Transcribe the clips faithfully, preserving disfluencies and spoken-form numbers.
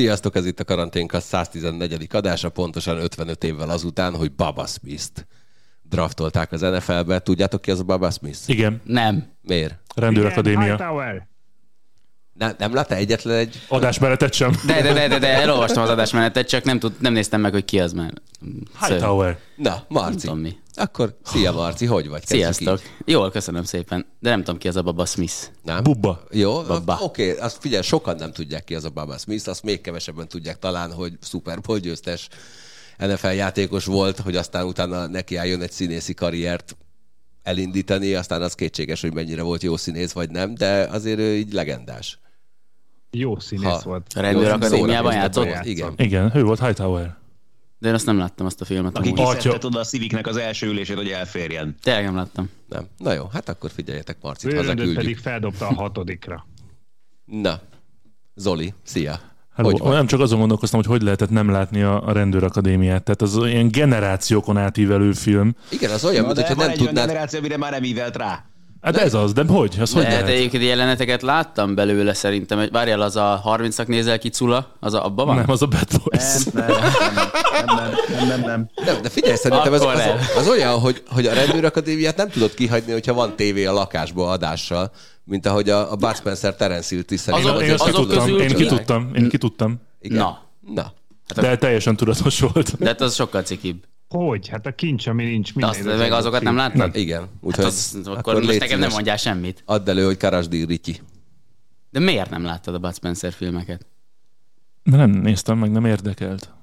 Sziasztok, ez itt a Karanténkasz száztizennegyedik adása, pontosan ötvenöt évvel azután, hogy Bubba Smith-t draftolták az en ef el-be. Tudjátok ki az a Bubba Smith? Igen. Nem. Miért? Rendőrakadémia. Nem, nem látta egyetlen egy... Adásmenetet sem. De, de, de, de, de elolvastam az adásmenetet, csak nem, tud, nem néztem meg, hogy ki az már. Hightower. Na, Marci. Nem tudom mi. Akkor szia Marci, hogy vagy? Kezdjük Sziasztok. így. Jól, köszönöm szépen. De nem tudom ki az a Bubba Smith. Nem? Bubba. Jó, Bubba. oké, okay, azt figyelj, sokan nem tudják ki az a Bubba Smith, azt még kevesebben tudják talán, hogy Super Bowl győztes en ef el játékos volt, hogy aztán utána neki álljon egy színészi karriert elindítani, aztán az kétséges, hogy mennyire volt jó színész vagy nem, de azért ő így legendás. Jó színész Ha. volt. A Rendőrakadémiában játszott? játszott? Igen. Igen, ő volt Hightower. De én azt nem láttam, azt a filmet. Aki amúgy. kiszedte oda a Civiknek az első ülését, hogy elférjen. Tényleg nem láttam. Nem. Na jó, hát akkor figyeljetek, Marcit Bőröndöt hazaküldjük. pedig feldobta a hatodikra. Na, Zoli, szia. Hello. Hogy vagy? Nem csak azon gondolkoztam, hogy hogy lehetett nem látni a, a Rendőrakadémiát. Tehát az ilyen generációkon átívelő film. Igen, az olyan, Na, mint de hogyha van nem egy olyan tudnád... generáció, amire már nem ívelt rá. Hát ez az, de hogy? Az hogy De lehet? egyébként jeleneteket láttam belőle szerintem. Hogy várjál, az a harmincak nézel ki Cula? Az a, abban van? Nem, az a Bad Boys. Nem, nem, nem, nem, nem, nem, nem. Nem, de figyelj, szerintem ez, Akkor az, nem. az olyan, hogy, hogy a Rendőrakadémiát nem tudod kihagyni, hogyha van tévé a lakásba adással, mint ahogy a, a Bud Spencer Terence Hill-t is szerintem. Azok- Én azt ki azok tudtam, közül én ki? ki tudtam, én ki tudtam. Igen. Na. Na. De teljesen tudatos volt. De hát az sokkal cikibb. Hogy? Hát a kincs, ami nincs De minden. azt meg azokat nem láttad? Igen. Úgyhogy Hát az, akkor most légy nekem nem szíves, mondjál semmit. add elő, hogy Karasdi Rityi. De miért nem láttad a Bud Spencer filmeket? De nem néztem meg, nem érdekelt.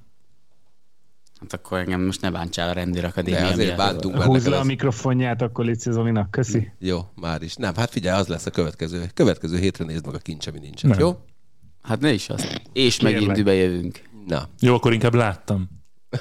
Hát akkor engem most ne bántsál a Rendőrakadémia De azért miatt. bántunk, mert Húzd neked le a az... mikrofonját, akkor légy Zolinak. Köszi. Jó, már is. Nem, hát figyelj, az lesz a következő. Következő hétre nézd meg a kincs, ami nincsen. Nem. Jó? Hát ne is azt. És Kérlek. megint dübe jövünk. Na, Jó, akkor inkább láttam.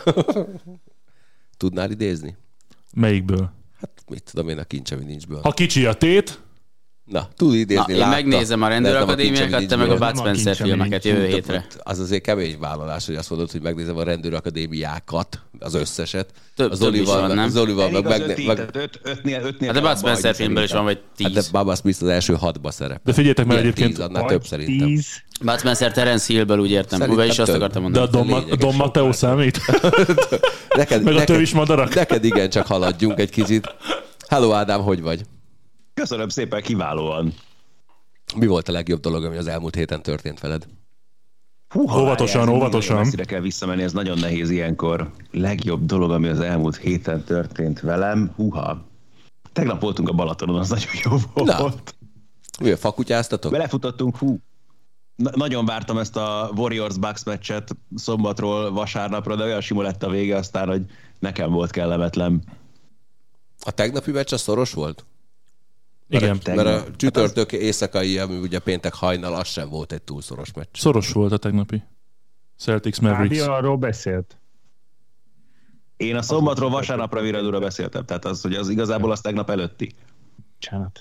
tudnál idézni? Melyikből? Hát mit tudom én a kincs, ami nincsből. Ha kicsi a tét, Na, tud idézni, Na, én látta, megnézem a de ez nem Rendőrakadémiákat, kincs, te ami meg a nincsből. Bud Nem a Spencer kincs, ami filmeket nincs. jövő hétre. Az azért kemény vállalás, hogy azt mondod, hogy megnézem a Rendőrakadémiákat, az összeset. Több- az több is Olival, van, nem? az Olival Elég meg, az meg, öt, meg, tehát öt, ötnél, ötnél Hát a Bud abba Spencer hagyni filmből is van, szerintem. vagy hát de tíz. Bubba Smith az első hatba szerepel. de figyeljetek meg Ilyen egyébként, tíz, annál több szerintem. Tíz. Bud Spencer Terence Hillből úgy értem. Szerintem Úgy is azt több. akartam de a mondani. Don, Ma- lényeges. Don Matteo számít? Neked, Meg a neked, tövis madarak? neked igen, csak haladjunk egy kicsit. Hello Ádám, hogy vagy? Köszönöm szépen, kiválóan. Mi volt a legjobb dolog, ami az elmúlt héten történt veled? Húha, Óvatosan, várjál, ez óvatosan. nagyon messzire kell visszamenni, ez nagyon nehéz ilyenkor. Legjobb dolog, ami az elmúlt héten történt velem, húha. Tegnap voltunk a Balatonon, az nagyon jó volt. Na. Mi a fakutyáztatok? Belefutottunk, hú. Na, nagyon vártam ezt a Warriors-Bucks meccset szombatról vasárnapra, de olyan sima lett a vége aztán, hogy nekem volt kellemetlen. A tegnapi meccs az szoros volt? Igen. Mert a csütörtök éjszakai, ami ugye péntek hajnal, az sem volt egy túl szoros meccs. Szoros volt a tegnapi. Celtics Mavericks. Ádi arról beszélt. Én a szombatról vasárnapra viradóra beszéltem, tehát az, hogy az igazából az tegnap előtti. Bocsánat.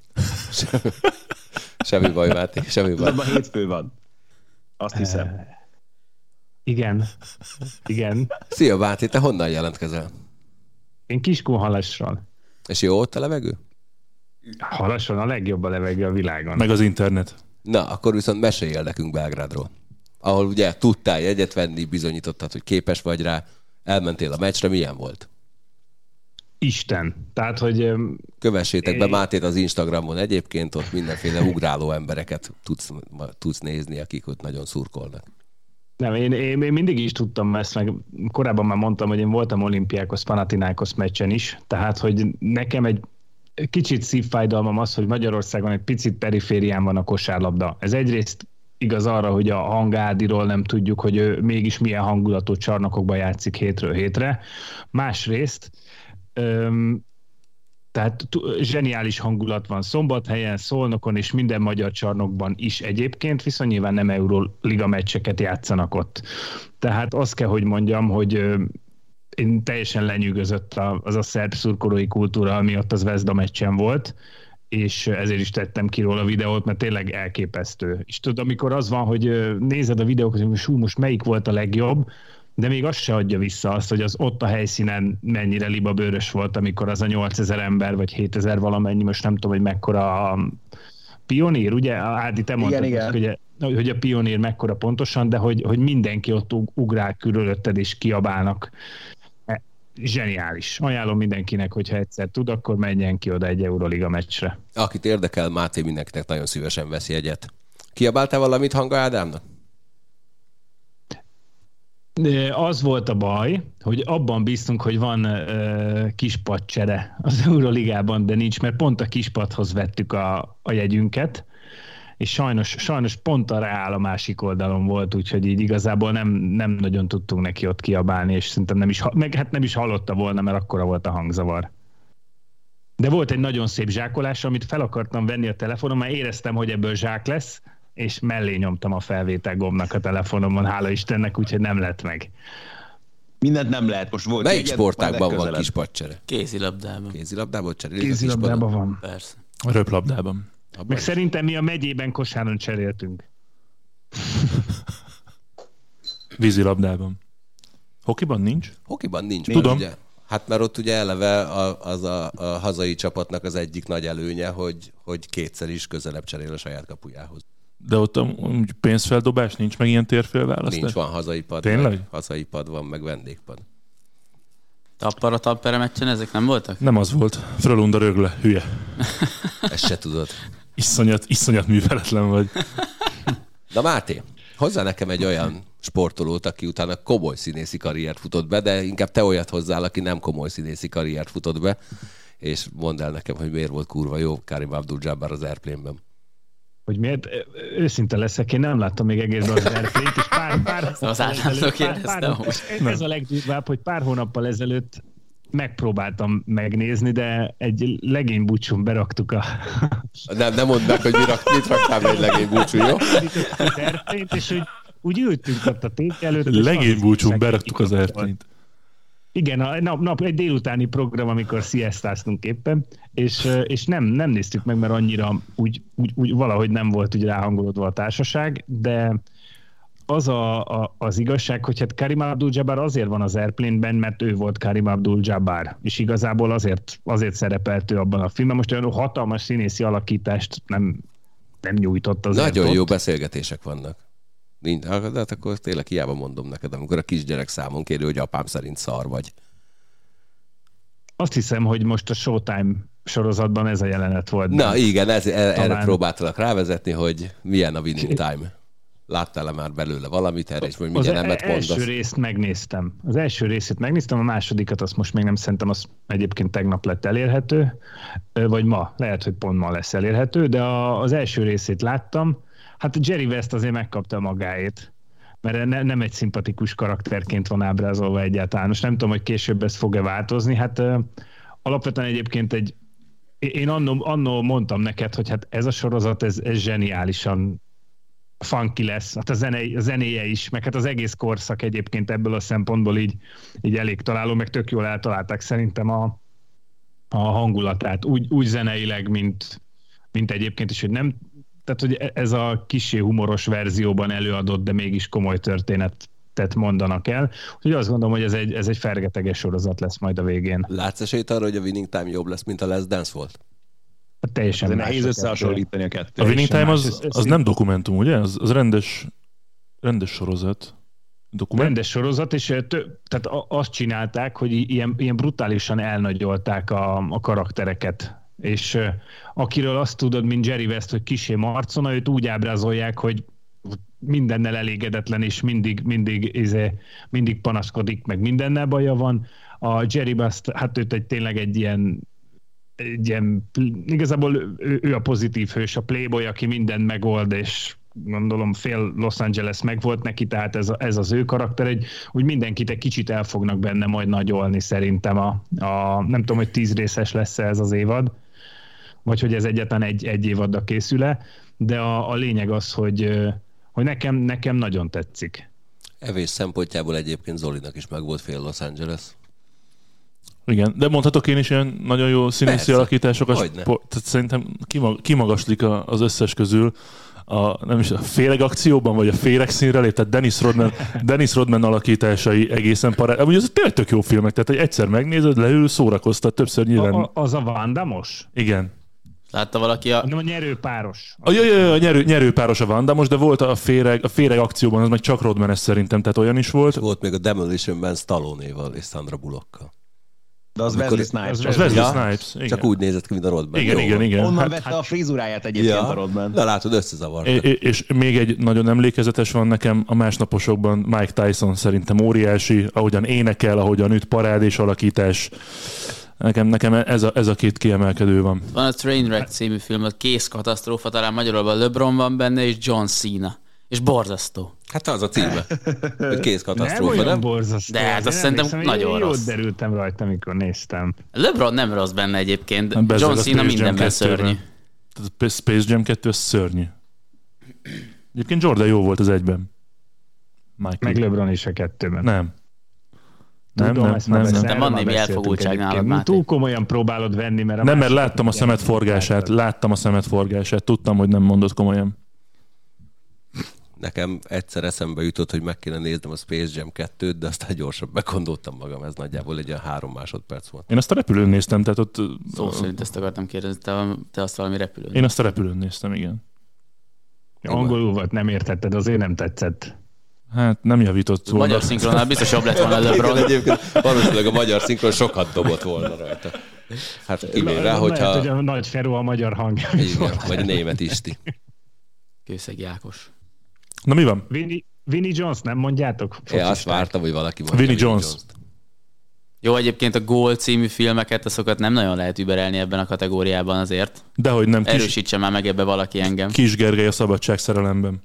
Semmi baj, Máté, semmi baj. Tudod, ma hétfő van. Azt hiszem. Igen. Igen. Szia, Máté, te honnan jelentkezel? Én Kiskunhalasról. És jó ott a levegő? Halason a legjobb a levegő a világon. Meg az internet. Na, akkor viszont meséljél nekünk Belgrádról. Ahol ugye tudtál jegyet venni, bizonyítottad, hogy képes vagy rá, elmentél a meccsre, milyen volt? Isten. Tehát, hogy öm, Kövessétek be Én- Mátét az Instagramon egyébként, ott mindenféle ugráló embereket tudsz, tudsz nézni, akik ott nagyon szurkolnak. nem, én, én, én mindig is tudtam ezt, meg korábban már mondtam, hogy én voltam olimpiákos, Panathinaikos meccsen is, tehát, hogy nekem egy kicsit szívfájdalmam az, hogy Magyarországon egy picit periférián van a kosárlabda. Ez egyrészt igaz arra, hogy a Hangádiról nem tudjuk, hogy ő mégis milyen hangulatú csarnokokban játszik hétről hétre. Másrészt, öm, tehát t- zseniális hangulat van Szombathelyen, Szolnokon és minden magyar csarnokban is egyébként, viszont nyilván nem Euróliga meccseket játszanak ott. Tehát azt kell, hogy mondjam, hogy ö, én teljesen lenyűgözött a, az a szerb szurkolói kultúra, ami ott az Vezda meccsen volt, és ezért is tettem ki róla a videót, mert tényleg elképesztő. És tudod, amikor az van, hogy ö, nézed a videókat, hogy hú, most melyik volt a legjobb, de még azt se adja vissza azt, hogy az ott a helyszínen mennyire libabőrös volt, amikor az a nyolcezer ember, vagy hétezer valamennyi, most nem tudom, hogy mekkora a Pionír, ugye? Ádi, te mondtad, igen, igen. Hogy, hogy a Pionír mekkora pontosan, de hogy, hogy mindenki ott ugrál körülötted és kiabálnak. Zseniális. Ajánlom mindenkinek, hogyha egyszer tud, akkor menjen ki oda egy Euroliga meccsre. Akit érdekel, Máté mindenkinek nagyon szívesen veszi egyet. Kiabáltál valamit Hanga Ádámnak? Az volt a baj, hogy abban bíztunk, hogy van uh, kispadcsere az Euroligában, de nincs, mert pont a kispadhoz vettük a, a jegyünket, és sajnos, sajnos pont a Reál a másik oldalon volt, úgyhogy így igazából nem, nem nagyon tudtunk neki ott kiabálni, és szerintem nem is, meg hát nem is hallotta volna, mert akkora volt a hangzavar. De volt egy nagyon szép zsákolás, amit fel akartam venni a telefonon, mert éreztem, hogy ebből zsák lesz, és mellé nyomtam a felvétel gombnak a telefonomon, hála Istennek, úgyhogy nem lett meg. Mindent nem lehet. Most volt. Melyik sportágban van kispadcsere? Kézilabdában. Kézilabdában cserélik? Kézilabdában van. Persze. A röplabdában. Abban meg is. Szerintem mi a megyében kosáron cseréltünk. Vízilabdában. Hokiban nincs? Hokiban nincs. Tudom. Ugye, hát mert ott ugye eleve a, az a, a hazai csapatnak az egyik nagy előnye, hogy, hogy kétszer is közelebb cserél a saját kapujához. De ott a pénzfeldobás nincs, meg ilyen térfélválasztás? Nincs, van hazai pad. Tényleg? Meg, hazai pad van, meg vendégpad. Tappara, Tappere meccsen ezek nem voltak? Nem az volt. Frölunda Rögle, hülye. Ezt se tudod. Iszonyat, iszonyat műveletlen vagy. Na Máté, hozzá nekem egy olyan sportolót, aki utána komoly színészi karriert futott be, de inkább te olyat hozzál, aki nem komoly színészi karriert futott be, és mondd el nekem, hogy miért volt kurva jó Karim Abdul-Jabbar az Airplane-ben. Hogy miért? Őszinte leszek, én nem láttam még egészben az Airplane-t, és pár, pár, az általától kérdeztem. Ez, ez a legdurvább, hogy pár hónappal ezelőtt megpróbáltam megnézni, de egy legénybúcsún beraktuk a... Nem, nem mondd meg, hogy mi rak, mit raktál egy legénybúcsú, jó? Az Airplane-t, és úgy, úgy ültünk ott a tény előtt. Legénybúcsún beraktuk az Airplane-t. Igen, a nap, nap egy délutáni program, amikor sziasztáztunk éppen, és, és nem, nem néztük meg, mert annyira úgy, úgy, úgy valahogy nem volt úgy ráhangolódva a társaság, de az a, a, az igazság, hogy hát Karim Abdul-Jabbar azért van az Airplane-ben, mert ő volt Karim Abdul-Jabbar, és igazából azért, azért szerepelt ő abban a filmben. Most olyan hatalmas színészi alakítást nem, nem nyújtott azért. Nagyon ott. jó beszélgetések vannak. Nincs, de hát akkor tényleg hiába mondom neked, amikor a kisgyerek számon kéri, hogy apám szerint szar vagy. Azt hiszem, hogy most a Showtime sorozatban ez a jelenet volt. Na igen, ez, erre talán... próbáltalak rávezetni, hogy milyen a Winning Time. Láttál-e már belőle valamit erre, és mondjuk mindjárt nemet mondasz? Az első részt megnéztem. Az első részét megnéztem, a másodikat azt most még nem szerintem, az egyébként tegnap lett elérhető, vagy ma, lehet, hogy pont ma lesz elérhető, de a, az első részét láttam. Hát Jerry West azért megkapta magáét, mert ne, nem egy szimpatikus karakterként van ábrázolva egyáltalán. Most nem tudom, hogy később ez fog-e változni. Hát uh, alapvetően egyébként egy, én annó, annó mondtam neked, hogy hát ez a sorozat, ez, ez zseniálisan funky lesz, hát a, zene, a zenéje is, meg hát az egész korszak egyébként ebből a szempontból így, így elég találó, meg tök jól eltalálták szerintem a, a hangulatát, úgy, úgy zeneileg, mint, mint egyébként is, hogy nem, tehát hogy ez a kissé humoros verzióban előadott, de mégis komoly történetet mondanak el. Úgyhogy azt gondolom, hogy ez egy, ez egy fergeteges sorozat lesz majd a végén. Látsz esélyt arra, hogy a Winning Time jobb lesz, mint a Last Dance volt? Hát teljesen de nehéz összehasonlítani a kettőt. A Winning Time az, az nem dokumentum, ugye? Az, az rendes, rendes sorozat. Dokument? Rendes sorozat, és tő, tehát azt csinálták, hogy ilyen, ilyen brutálisan elnagyolták a, a karaktereket. És uh, akiről azt tudod, mint Jerry West, hogy kisé marcona, őt úgy ábrázolják, hogy mindennel elégedetlen, és mindig, mindig, izé, mindig panaszkodik, meg mindennel baja van. A Jerry West, hát őt egy, tényleg egy ilyen, egy ilyen igazából ő, ő a pozitív hős, a playboy, aki mindent megold, és gondolom fél Los Angeles meg volt neki, tehát ez, a, ez az ő karakter, egy, úgy mindenkit egy kicsit el fognak benne majd nagyolni szerintem. A, a, nem tudom, hogy tíz részes lesz ez az évad, vagy hogy ez egyáltalán egy, egy évaddal készül-e, de a, a lényeg az, hogy, hogy nekem, nekem nagyon tetszik. Evés szempontjából egyébként Zolinak is meg volt fél Los Angeles. Igen, de mondhatok én is ilyen nagyon jó színészi Persze, alakításokat. hogyne. Tehát szerintem kimag, kimagaslik az összes közül. A, nem is a féreg akcióban, vagy a féreg színre lép, tehát Dennis Rodman, Dennis Rodman alakításai egészen pará... Ugye ez tényleg tök jó filmek, tehát hogy egyszer megnézed, leül, szórakoztat, többször nyilván... A, a, az a Van Damme-os? Igen. Látta valaki a... Nem a nyerőpáros. A, jaj, jaj, a nyerő, nyerőpáros a Van Damme, most de volt a féreg, a féreg akcióban, az meg csak Rodman-es szerintem, tehát olyan is volt. Volt még a Demolition Man Stallone-val és Sandra Bullockkal. De az Amikor- Wesley Snipes. Az Wesley Ja, Snipes. Igen. Csak úgy nézett ki, mint a Rodman. Igen, Jó igen, van. igen. Onnan Hát- vette a frizuráját egyébként Ja, a Rodman. na látod, összezavarta. És, és még egy nagyon emlékezetes van nekem a másnaposokban, Mike Tyson szerintem óriási, ahogyan énekel, ahogyan üt, parádés alakítás. Nekem, nekem ez, a, ez a két kiemelkedő van. Van a Trainwreck című film, a kész katasztrófa, talán magyarul LeBron van benne, és John Cena. És borzasztó. Hát az a címe. Hogy kész Nem katasztrófa, olyan nem? borzasztó. De hát Én azt szerintem emlékszem, nagyon én rossz. Jót derültem rajta, amikor néztem. LeBron nem rossz benne egyébként. Hát bezzeg John a Cena Space Jam mindenben kettőben. szörnyű. Tehát a Space Jam kettő az szörnyű. Egyébként Jordan jó volt az egyben. Michael. Meg LeBron is a kettőben. Nem. Nem, Tudom, nem, ezt már nem, nem. beszéltünk, De van erről némi már beszéltünk elfogultság nálad, egyébként. Máté. Túl komolyan próbálod venni, mert a Nem, mert másik- láttam a szemed forgását, láttam a szemed forgását, tudtam, hogy nem mondod komolyan. Nekem egyszer eszembe jutott, hogy meg kéne néznem a Space Jam kettőt, de aztán gyorsabb begondoltam magam, ez nagyjából egy ilyen három másodperc volt. Én azt a repülőn néztem, tehát ott... Szó szerint ezt akartam kérdezni, te, te azt valami repülőn. Én azt a repülőn néztem, igen. Angolul volt, nem értetted, azért nem tetszett. Hát nem javított volna. Magyar szinkronnál biztos jobb lett volna Igen, LeBron. egyébként valószínűleg a magyar szinkron sokat dobott volna rajta. Hát kivéve, Lehet, hogyha... hogy a nagy Feró a magyar hangja. Igen, vagy a német Isti. Kőszeg Jákos. Na mi van? Vinnie, Vinnie Jones, nem mondjátok? Én azt Focisták. vártam, hogy valaki mondja Vinnie Jones. Jones-t. Jó, egyébként a Gól című filmeket, azokat nem nagyon lehet überelni ebben a kategóriában azért. Dehogy nem, kis, Erősítse már meg ebbe valaki engem. kis Gergely a szabadság szerelemben.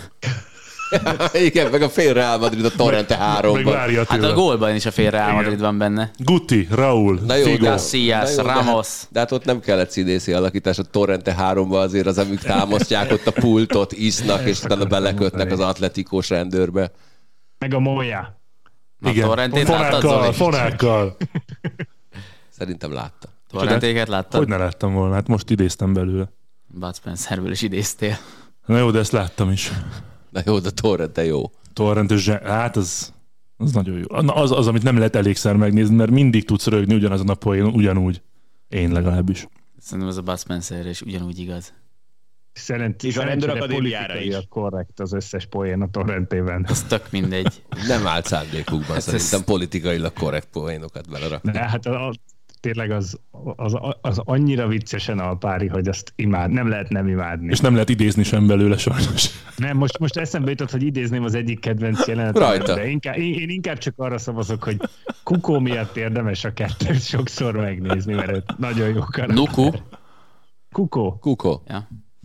Igen, meg a fél Real Madrid a Torrente Meg háromban. várja Hát tőle. a Gólban is a fél Real Madrid van benne. Guti, Raúl, Na jó, Figo. de, Casillas, na jó, de Ramos. hát, de hát ott nem kellett színészi alakítás, a Torrente háromba azért az, amik támasztják ott a pultot, isznak, és utána belekötnek az atletikós rendőrbe. Meg a Moya. Na, Igen, Torrentét láttad, fonákkal, Zoli? fonákkal. Szerintem látta. Torrentéket láttad? Hogy ne láttam volna, hát most idéztem belőle. Bud Spencerből is idéztél. Na jó, de ezt láttam is. Na jó, de Torrente jó. Torrent és zse- hát az, az nagyon jó. Na, Az, az, amit nem lehet elégszer megnézni, mert mindig tudsz rögni ugyanazon a poénon, ugyanúgy. Én legalábbis. Szerintem ez a Bud Spencer és ugyanúgy igaz. Szerint, És a rendőrakadémiára is. korrekt az összes poén a Torrentében. Ez tök mindegy. Nem állt szándékukban, Hát szerintem ez- politikailag korrekt poénokat belerakni. De hát a, a, tényleg az, az, az annyira viccesen alpári, hogy azt imád, nem lehet nem imádni. És nem lehet idézni sem belőle sajnos. Nem, most, most eszembe jutott, hogy idézném az egyik kedvenc jelenetet. Rajta. De inkább, én, én inkább csak arra szavazok, hogy Kukó miatt érdemes a kettőt sokszor megnézni, mert ő nagyon jó karakter. Nuku? Kukó. Kuko. Ja.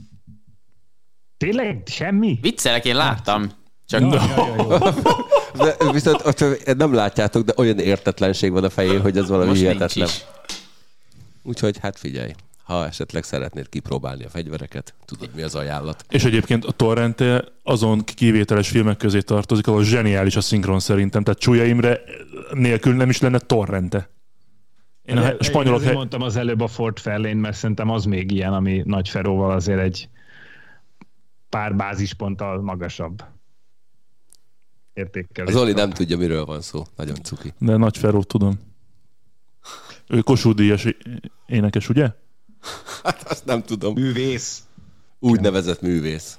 Tényleg? Semmi? Viccelek, én láttam. Csak Ja, ja, ja, jó. De viszont ott nem látjátok, de olyan értetlenség van a fején, hogy ez valami most nincs hihetetlen. is. Úgyhogy hát figyelj, ha esetleg szeretnéd kipróbálni a fegyvereket, tudod mi az ajánlat. És egyébként a Torrente azon kivételes filmek közé tartozik, ahol zseniális a szinkron szerintem. Tehát Csúlya Imre nélkül nem is lenne Torrente. Én a he- spanyolok... Ezért He- mondtam az előbb a Fort Fairlane, mert szerintem az még ilyen, ami Nagy Feróval azért egy pár bázisponttal magasabb értékkel. Az Oli nem tudja, miről van szó. Nagyon cuki. De Nagy Feró, tudom. Ő Kossuth Díjas énekes, ugye? Hát azt nem tudom. Művész. Úgynevezett művész.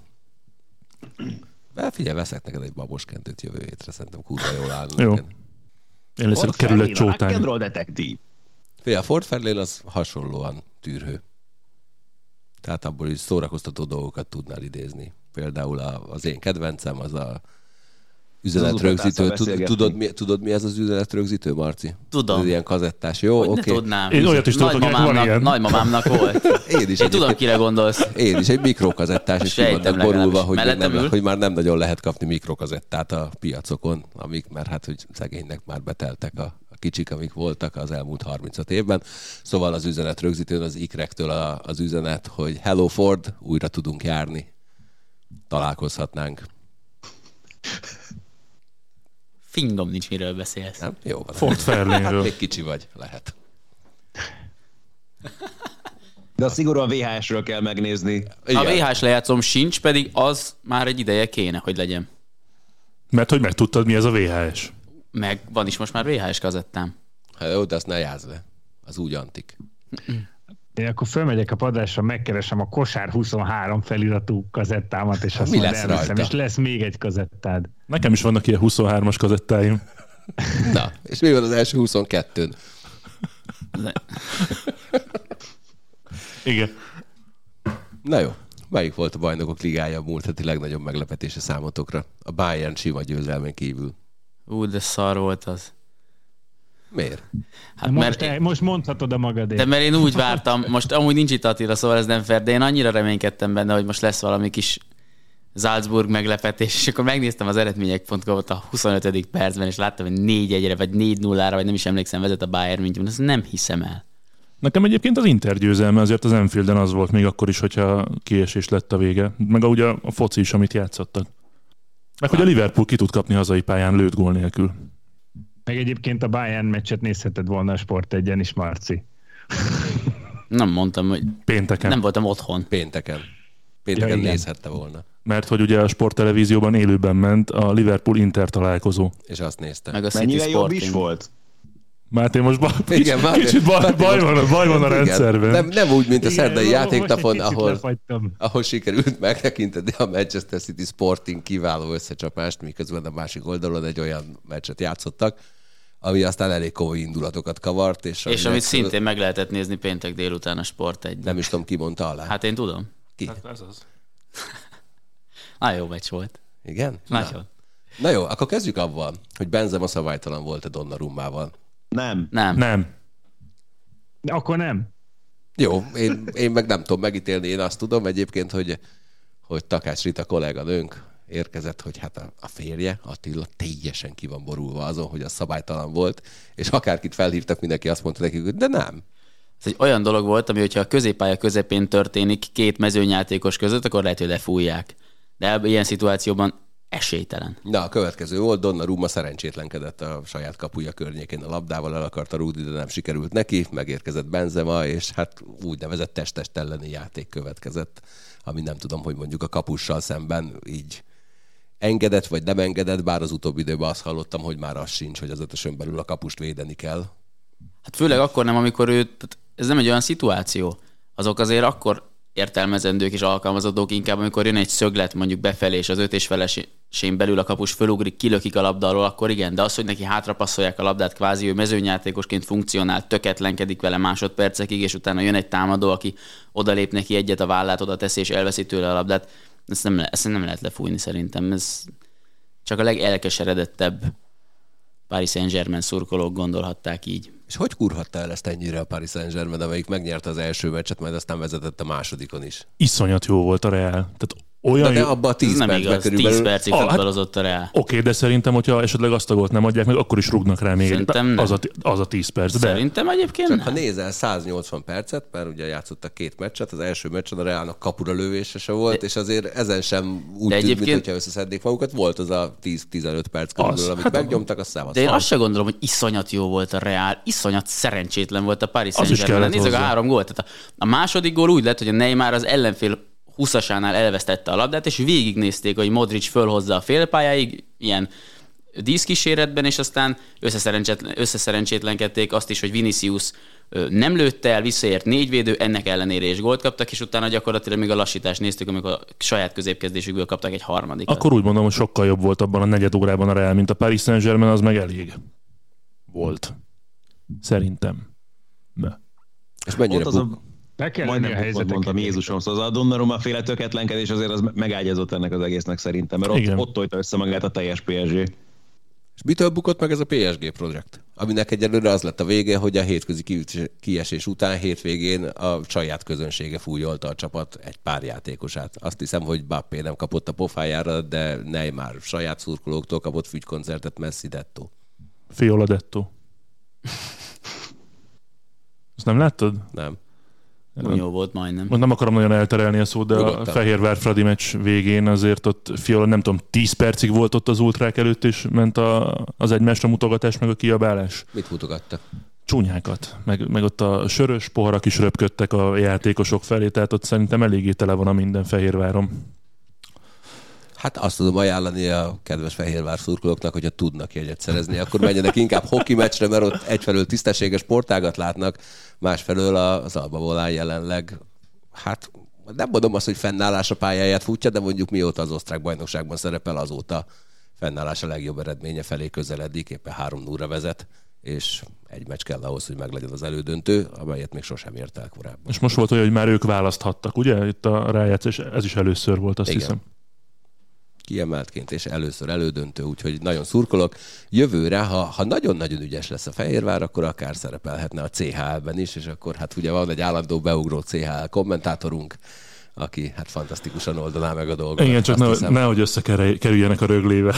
De figyelj, veszek neked egy baboskendőt jövő hétre, szerintem kurva jól áll. Jó. neked. Én leszek a kerület csótány. Rock'n'roll detektív. Figyelj, a Ford Fairlane az hasonlóan tűrhő. Tehát abból is szórakoztató dolgokat tudnál idézni. Például a, az én kedvencem az a üzenetrögzítő. Az Tud, beszélgetni. tudod, mi, tudod, mi ez az üzenetrögzítő, Marci? Tudom. Ez ilyen kazettás. Jó, Hogy oké. ne tudnám. Én olyat is tudok, akinek van Nagymamámnak, ilyen. nagymamámnak volt. Én is Én tudom, egyébként- kire gondolsz. Én is egy mikrokazettás, és ki Sejtem vannak borulva, legalábbis. hogy, még Mellettem nem, ül. hogy már nem nagyon lehet kapni mikrokazettát a piacokon, amik, mert hát, hogy szegénynek már beteltek a, a kicsik, amik voltak az elmúlt harmincöt évben. Szóval az üzenet rögzítőn az ikrektől a, az üzenet, hogy Hello Ford, újra tudunk járni. Találkozhatnánk. Fingom nincs, miről beszélsz. Nem? Jó van. Ford Hát Fairlane-ről. még kicsi vagy, lehet. De a szigorúan vé há es-ről kell megnézni. A vé há es lejátszom sincs, pedig az már egy ideje kéne, hogy legyen. Mert hogy megtudtad, mi ez a vé há es. Meg van is most már vé há es kazettám. Hát jó, de azt ne játsz le. Az úgy antik. Én akkor fölmegyek a padlásra, megkeresem a Kosár huszonhárom feliratú kazettámat, és azt Mi majd lesz elveszem, rajta? és lesz még egy kazettád. Nekem is vannak ilyen huszonhármas kazettáim. Na, és mi van az első huszonkettőn? Igen. Na jó, melyik volt a Bajnokok Ligája a múlt heti legnagyobb meglepetése számotokra? A Bayern sima győzelmen kívül. Ú, de szar volt az. Miért? Hát Most, mert, el, most mondhatod a magadét. de mert én úgy vártam, most amúgy nincs itt Attila, szóval ez nem fair, de én annyira reménykedtem benne, hogy most lesz valami kis Salzburg meglepetés, és akkor megnéztem az eredmények pont volt a huszonötödik percben, és láttam, hogy négy egyre, vagy négy nullára, vagy nem is emlékszem, vezet a Bayern München, ezt nem hiszem el. Nekem egyébként az Inter győzelme azért az Anfielden az volt még akkor is, hogyha kiesés lett a vége. Meg ugye a foci is, amit játszottak. Meg hogy a Liverpool ki tud kapni hazai pályán lőtt gól nélkül. Meg egyébként a Bayern meccset nézheted volna a Sport egyen is, Marci. Nem mondtam, hogy Pénteken. nem voltam otthon. Pénteken. Pénteken Ja, igen. nézhette volna. Mert hogy ugye a sporttelevízióban élőben ment a Liverpool-Inter találkozó. És azt nézte. Meg a City Mennyivel jobb Sporting. is volt? Máté, most baj, Igen, Máté- kicsit baj, Máté baj, most- van, baj van a Igen. rendszerben. Nem, nem úgy, mint a Igen, szerdai most egy játéknapon, kicsit ahol, lefagytam. ahol sikerült megtekinteni a Manchester City Sporting kiváló összecsapást, miközben a másik oldalon egy olyan meccset játszottak, ami aztán elég komoly indulatokat kavart. És, És ami amit egyszerűen- szintén meg lehetett nézni péntek délután a Sport egy. Nem is tudom, ki mondta alá. Hát én tudom. Ki? Ez az. Nagyon jó meccs volt. Igen? Nagyon. Na. Na jó, akkor kezdjük avval, hogy Benzema szabálytalan volt-e Donnarummával. Nem. Nem. Nem. De akkor nem. Jó, én, én meg nem tudom megítélni, én azt tudom egyébként, hogy, hogy Takács Rita kolléganőnk érkezett, hogy hát a, a férje, Attila, teljesen ki van borulva azon, hogy az szabálytalan volt, és akárkit felhívtak, mindenki azt mondta nekik, hogy de nem. Ez egy olyan dolog volt, ami, hogyha a középpálya közepén történik két mezőnyjátékos között, akkor lehet, hogy lefújják. De ebben ilyen szituációban esélytelen. Na, a következő volt, Donnarumma szerencsétlenkedett a saját kapuja környékén a labdával, el akarta rúgni, de nem sikerült neki, megérkezett Benzema, és hát úgynevezett test-test elleni játék következett, ami nem tudom, hogy mondjuk a kapussal szemben így engedett, vagy nem engedett, bár az utóbbi időben azt hallottam, hogy már az sincs, hogy az ötösön belül a kapust védeni kell. Hát főleg akkor nem, amikor ő, tehát ez nem egy olyan szituáció. Azok azért akkor értelmezendők és alkalmazódók inkább, amikor jön egy szöglet mondjuk befelé, és az öt és felesén belül a kapus fölugrik, kilökik a labda alól, akkor igen, de az, hogy neki hátrapasszolják a labdát, kvázi ő mezőnyjátékosként funkcionál, töketlenkedik vele másodpercekig, és utána jön egy támadó, aki odalép neki egyet a vállát, oda teszi, és elveszi tőle a labdát. Ezt nem, le, ezt nem lehet lefújni szerintem. Ez csak a legelkeseredettebb Paris Saint-Germain szurkolók gondolhatták így. És hogy kurhatta el ezt ennyire a Paris Saint-Germain, amelyik megnyerte az első meccset, majd aztán vezetett a másodikon is? Iszonyat jó volt a Real. Tehát olyan De, jó... de abban a Ez tíz nem percben igaz, körülbelül... tíz percig Ah, hát- futballozott a Real. Oké, de szerintem, hogyha esetleg azt a gólt nem adják meg, akkor is rúgnak rá még Szerintem egy. nem. Az a, az a tíz perc. De Szerintem egyébként Csak ha nem. nézel száznyolcvan percet, mert ugye játszottak két meccset, az első meccsen a Reálnak kapura lövése se volt, De- és azért ezen sem úgy de tűnt, egyébként- mintha összeszednék magukat. Volt az a tíz-tizenöt perc körülbelül, Az, amit hát megnyomtak, azt számot. De én azt sem gondolom, hogy iszonyat jó volt a Real, iszonyat szerencsétlen volt a Paris Az is Saint-Germain. kellett Nézzük a hozzá. három gólt. Tehát a, a második gól úgy lett, hogy a Neymar az ellenfél huszasánál elvesztette a labdát, és végignézték, hogy Modric fölhozza a félpályáig, ilyen díszkíséretben, és aztán összeszerencsétlen, összeszerencsétlenkedték azt is, hogy Vinicius ö, nem lőtte el, visszaért négy védő, ennek ellenére is gólt kaptak, és utána gyakorlatilag még a lassítást néztük, amikor a saját középkezdésükből kaptak egy harmadikat. akkor úgy mondom, hogy sokkal jobb volt abban a negyed órában a Real, mint a Paris Saint-Germain, az meg elég volt. Szerintem. Ne. És mennyire Ott az a, buk... Be kell lenni a majdnem bukott helyzeteket. mondtam, Jézusom, szóval az a Donnarumma féle töketlenkedés azért az megágyazott ennek az egésznek szerintem, mert Igen. ott, ott tojta össze magát a teljes pé es gé. És mitől bukott meg ez a pé es gé projekt? Aminek egyelőre az lett a vége, hogy a hétközi ki- kiesés után hétvégén a saját közönsége fújolta a csapat egy pár játékosát. Azt hiszem, hogy Mbappé nem kapott a pofájára, de Neymar saját szurkolóktól kapott fügykoncertet, Messi dettó. Fioladetto. Ezt nem láttad? Nem. Jó volt majdnem. Nem akarom nagyon elterelni a szót, de Nyugodtan. a Fehérvár-Fradi meccs végén azért ott Fiola, nem tudom, tíz percig volt ott az ultrák előtt, és ment a, az egymásra mutogatás, meg a kiabálás. Mit mutogatta? Csúnyákat. Meg, meg ott a sörös poharak is röpködtek a játékosok felé, tehát ott szerintem eléggé tele van a minden Fehérvárom. Hát azt tudom ajánlani a kedves Fehérvár szurkolóknak, hogyha tudnak jegyet szerezni, akkor menjenek inkább hoki meccsre, mert ott egyfelől tisztességes sportágat látnak, másfelől az Alba Volán jelenleg, hát nem mondom azt, hogy fennállás a pályáját futja, de mondjuk mióta az osztrák bajnokságban szerepel, azóta fennállás a legjobb eredménye felé közeledik, éppen három nulla vezet, és egy meccs kell ahhoz, hogy meglegyen az elődöntő, amelyet még sosem ért el korábban. És most volt olyan, hogy már ők választhattak, ugye? Itt a rájátszás, ez is először volt, azt Igen. hiszem. Kiemeltként, és először elődöntő, úgyhogy nagyon szurkolok. Jövőre, ha, ha nagyon-nagyon ügyes lesz a Fehérvár, akkor akár szerepelhetne a cé há el-ben is, és akkor hát ugye van egy állandó beugró cé há el kommentátorunk, aki hát fantasztikusan oldaná meg a dolgot. Igen, csak ne, nehogy összekerüljenek a röglével.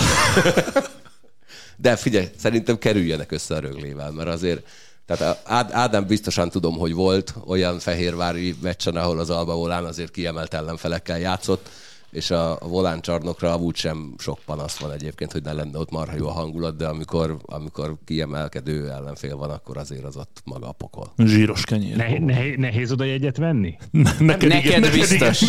De figyelj, szerintem kerüljenek össze a röglével, mert azért, tehát Ádám biztosan tudom, hogy volt olyan fehérvári meccsen, ahol az Alba Volán azért kiemelt ellenfelekkel játszott, és a Volán csarnokra amúgy sem sok panasz van egyébként, hogy ne lenne ott marha jó a hangulat, de amikor, amikor kiemelkedő ellenfél van, akkor azért az ott maga a pokol. Zsíros kenyér. Ne, ne, nehéz oda jegyet venni? Ne, neked, Neked igen, biztos.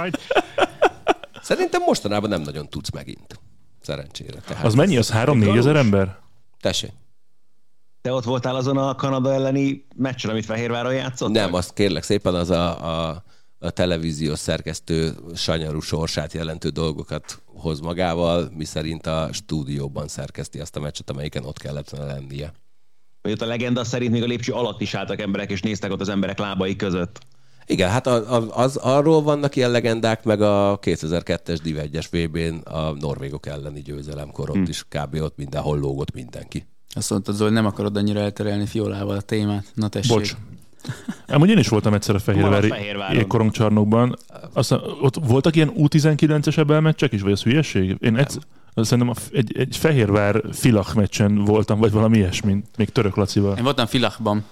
Szerintem mostanában nem nagyon tudsz megint. Szerencsére. Tehát az mennyi? Az három-négy ezer ember? Tessék. Te ott voltál azon a Kanada elleni meccsen, amit Fehérváron játszottak? Nem, azt kérlek szépen, az a, a, a televíziós szerkesztő sanyarú sorsát jelentő dolgokat hoz magával, miszerint a stúdióban szerkeszti azt a meccset, amelyiken ott kellett lennie. Vagy ott a legenda szerint még a lépcső alatt is álltak emberek, és néztek ott az emberek lábai között. Igen, hát az, az, arról vannak ilyen legendák, meg a kétezer-kettes Div egyes vé bén a norvégok elleni győzelemkor ott hm. is kb. Ott mindenhol lógott mindenki. Azt mondtad, Zoli, nem akarod annyira elterelni Fiolával a témát. Na tessék. Bocs. Amúgy én is voltam egyszer a Fehérvári jégkorongcsarnokban. Aztán ott voltak ilyen U tizenkilences ebelmeccsek is, vagy az hülyeség? Én egyszer, szerintem egy, egy Fehérvár Filach meccsen voltam, vagy valami ilyesmi, még Török Lacival. Én voltam Filachban.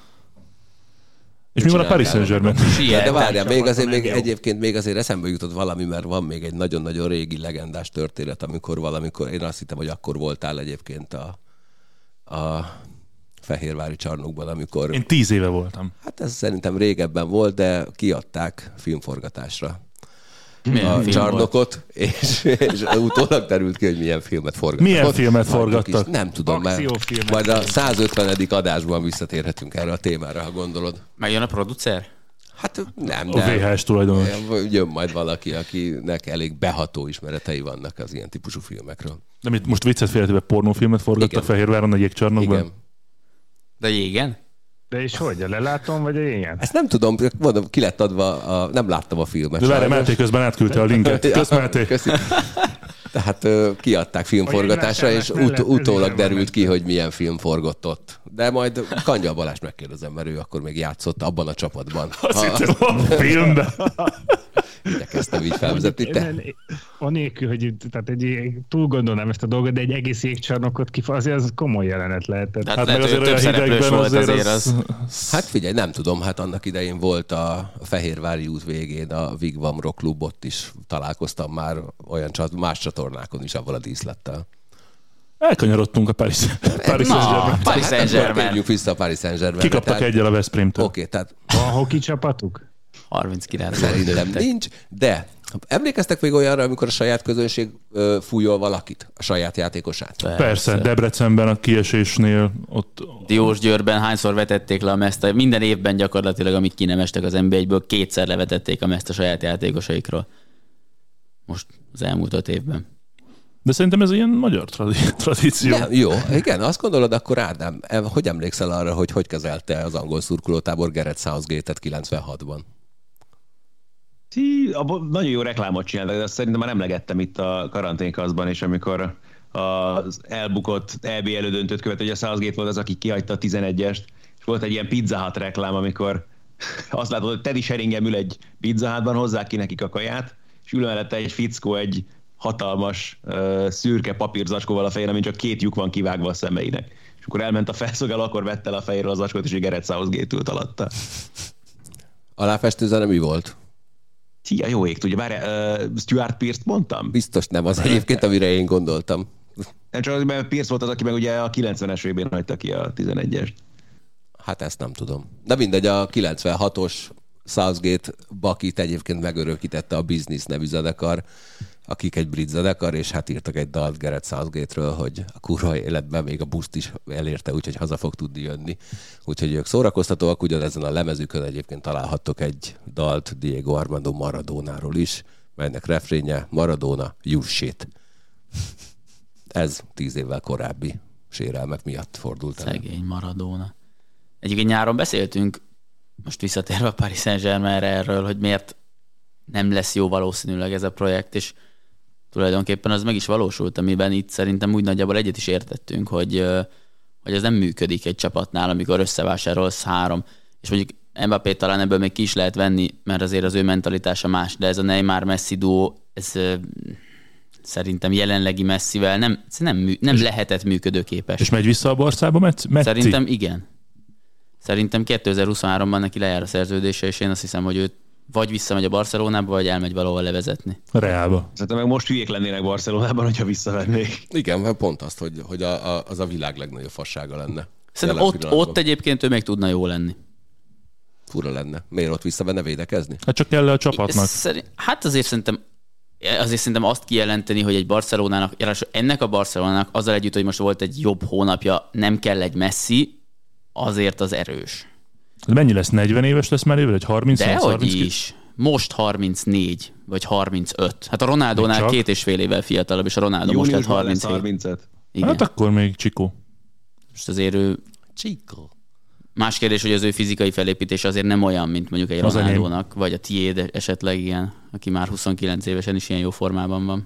És mi van a Paris Saint-Germain? De, de várjál, még azért még egyébként még azért eszembe jutott valami, mert van még egy nagyon-nagyon régi legendás történet, amikor valamikor, én azt hittem, hogy akkor voltál egyébként a, a Fehérvári csarnokban, amikor... Én tíz éve voltam. Hát ez szerintem régebben volt, de kiadták filmforgatásra. Milyen a film csarnokot, és, és utólag derült ki, hogy milyen filmet forgattak. Milyen ott, filmet forgattak? Is, nem tudom, mert majd a százötvenedik adásban visszatérhetünk erre a témára, ha gondolod. Megjön a producer? Hát nem, de... A vé há es tulajdonos. Jön majd valaki, akinek elég beható ismeretei vannak az ilyen típusú filmekről. De mit most viccet félretőben pornófilmet forgattak Fehérváron a jégcsarnokban? Igen. De jégen? De és hogy? A lelátom, vagy a jégen? Ezt nem tudom, mondom, ki lett adva, a, nem láttam a filmet. De várj, Máté közben átküldte a linket. Kösz, Máté. Tehát uh, kiadták filmforgatásra, és ut- utólag derült ki, hogy milyen film forgott ott. De majd Kangyal Balást megkérdezem, mert ő akkor még játszott abban a csapatban. Azt hittem a filmben. Igyekeztem így felvezetni. Te... Anélkül, hogy tehát egy, túl gondolnám ezt a dolgot, de egy egész jégcsarnokot kif, azért az komoly jelenet lehetett. Hát, hát meg azért több szereplős volt azért az... az... Hát figyelj, nem tudom, hát annak idején volt a Fehérvári út végén a Wigwam Rock Club, ott is találkoztam már olyan csat, más csatornákon is avval a díszlettel. Elkanyarodtunk a Paris, Paris Saint-Germain. Paris Saint-Germain. Térjünk vissza a Paris Saint-Germain. Kikaptak tehát... egyel a Veszprémtől. Oké, okay, tehát... Van hoki csapatuk? harminckilenc Szerintem nincs, de emlékeztek még olyanra, amikor a saját közönség ö, fújol valakit, a saját játékosát? Persze, Persze. Debrecenben a kiesésnél ott... Diósgyőrben hányszor vetették le a meszt, minden évben gyakorlatilag, amik kinemestek az en bé egyből, kétszer levetették a meszt a saját játékosaikról. Most az elmúlt öt évben. De szerintem ez ilyen magyar tradíció. Nem, jó, igen, azt gondolod, akkor Ádám, hogy emlékszel arra, hogy hogy kezelte az angol szurkolótábor Gareth Southgate-et kilencvenhatban? Tí, abban nagyon jó reklámot csináltak, de azt szerintem már emlegettem itt a karanténkaszban, és amikor az elbukott é bé elődöntőt követő, hogy a Southgate volt az, aki kihagyta a tizenegyest, és volt egy ilyen Pizza Hut reklám, amikor azt látod, hogy Teddy Sheringham ül egy Pizza Hutban, hozzák ki nekik a kaját, és ül mellette egy fickó egy hatalmas uh, szürke papírzacskóval a fején, amin csak két lyuk van kivágva a szemeinek. És akkor elment a felszolgáló, akkor vette le a fejéről az zacskót, és egy Gareth Southgate ült alatta. Aláfestő zene mi volt? Szia, jó ég, tudja, bár uh, Stuart Pearce-t mondtam? Biztos nem, az egyébként, amire én gondoltam. Nem csak, mert Pearce volt az, aki meg ugye a kilencvenes évben hagyta ki a tizenegyest. Hát ezt nem tudom. De mindegy, a kilencvenhatos Southgate bakit egyébként megörökítette a Business nevű zenekar, akik egy brit zenekar, és hát írtak egy dalt Gareth Southgate-ről, hogy a kurva életben még a buszt is elérte, úgyhogy haza fog tudni jönni. Úgyhogy ők szórakoztatóak, ugyanezen a lemezükön egyébként találhattok egy dalt Diego Armando Maradónáról is, melynek refrénje Maradona, you shit. Ez tíz évvel korábbi sérelmek miatt fordult el. Szegény Maradona. Egyébként nyáron beszéltünk, most visszatérve a Paris Saint-Germainre erről, hogy miért nem lesz jó valószínűleg ez a projekt, és tulajdonképpen az meg is valósult, amiben itt szerintem úgy nagyjából egyet is értettünk, hogy, hogy ez nem működik egy csapatnál, amikor összevásárolsz három, és mondjuk Mbappét talán ebből még ki is lehet venni, mert azért az ő mentalitása más, de ez a Neymar-Messi duó, ez szerintem jelenlegi Messivel nem, nem, mű, nem lehetett működőképes. És megy vissza a Barszába Messi? Szerintem igen. Szerintem kétezer-huszonháromban neki lejár a szerződése, és én azt hiszem, hogy ő vagy visszamegy a Barcelonába, vagy elmegy valahol levezetni. Reálba. Szerintem meg most hülyék lennének Barcelonában, hogyha visszavennék. Igen, pont azt, hogy, hogy a, a, az a világ legnagyobb fassága lenne. Szerintem ott, ott egyébként ő még tudna jó lenni. Fura lenne. Miért ott visszavenne védekezni? Hát csak kell le a csapatnak. Szerint, hát azért szerintem azért szerintem azt kijelenteni, hogy egy Barcelonának, ennek a Barcelonának azzal együtt, hogy most volt egy jobb hónapja, nem kell egy Messi, azért az erős. De mennyi lesz? negyven éves lesz már évre? Egy harmincnyolc Dehogy is. Most harmincnégy, vagy harmincöt. Hát a Ronaldónál két és fél évvel fiatalabb, és a Ronaldo most lett harmincöt. Igen. Hát akkor még Csikó. Most azért ő... Csikó. Más kérdés, hogy az ő fizikai felépítés azért nem olyan, mint mondjuk egy Ronaldónak, vagy a tiéd esetleg ilyen, aki már huszonkilenc évesen is ilyen jó formában van.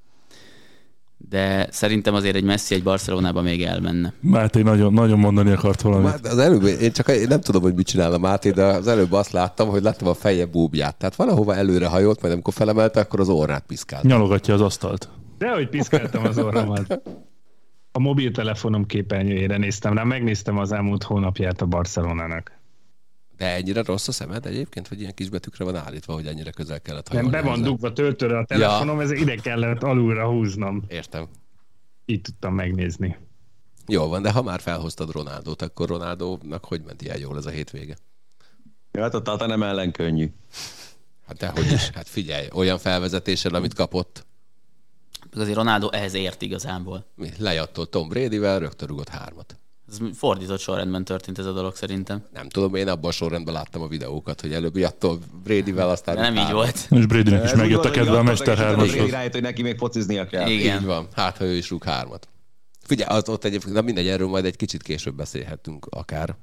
De szerintem azért egy Messi egy Barcelonában még elmenne. Máté nagyon, nagyon mondani akart valamit. Máté, az előbb, én csak én nem tudom, hogy mit csinál a Máté, de az előbb azt láttam, hogy láttam a feje búbját. Tehát valahova előre hajolt, majd amikor felemelte, akkor az orrát piszkált. Nyalogatja az asztalt. Dehogy piszkáltam az orromat. A mobiltelefonom képernyőjére néztem rá, megnéztem az elmúlt hónapját a Barcelonának. De ennyire rossz a szemed egyébként, hogy ilyen kisbetűkre van állítva, hogy ennyire közel kellett hajolni? Nem, be van dugva töltőre a telefonom, ja. Ez ide kellett alulra húznom. Értem. Így tudtam megnézni. Jó van, de ha már felhoztad Ronaldót, akkor Ronaldónak hogy ment ilyen jól ez a hétvége? Ja, hát a Tata nem ellen könnyű. Hát dehogy is. Hát figyelj, olyan felvezetéssel, amit kapott. Azért Ronaldo ehhez ért igazából. Mi? Lejattól Tom Bradyvel, rögtön rugott hármat. Ez fordított sorrendben történt ez a dolog szerintem. Nem tudom, én abban a sorrendben láttam a videókat, hogy előbb jattól Bradyvel, aztán... De nem így volt. És Bradynek is megjött a kedve a Mester hármashoz. Brady rájött, hogy neki még fociznia kell. Igen. Így van. Hát, ha ő is rúg hármat. Figyelj, az ott egyébként, de mindegy, erről majd egy kicsit később beszélhetünk akár.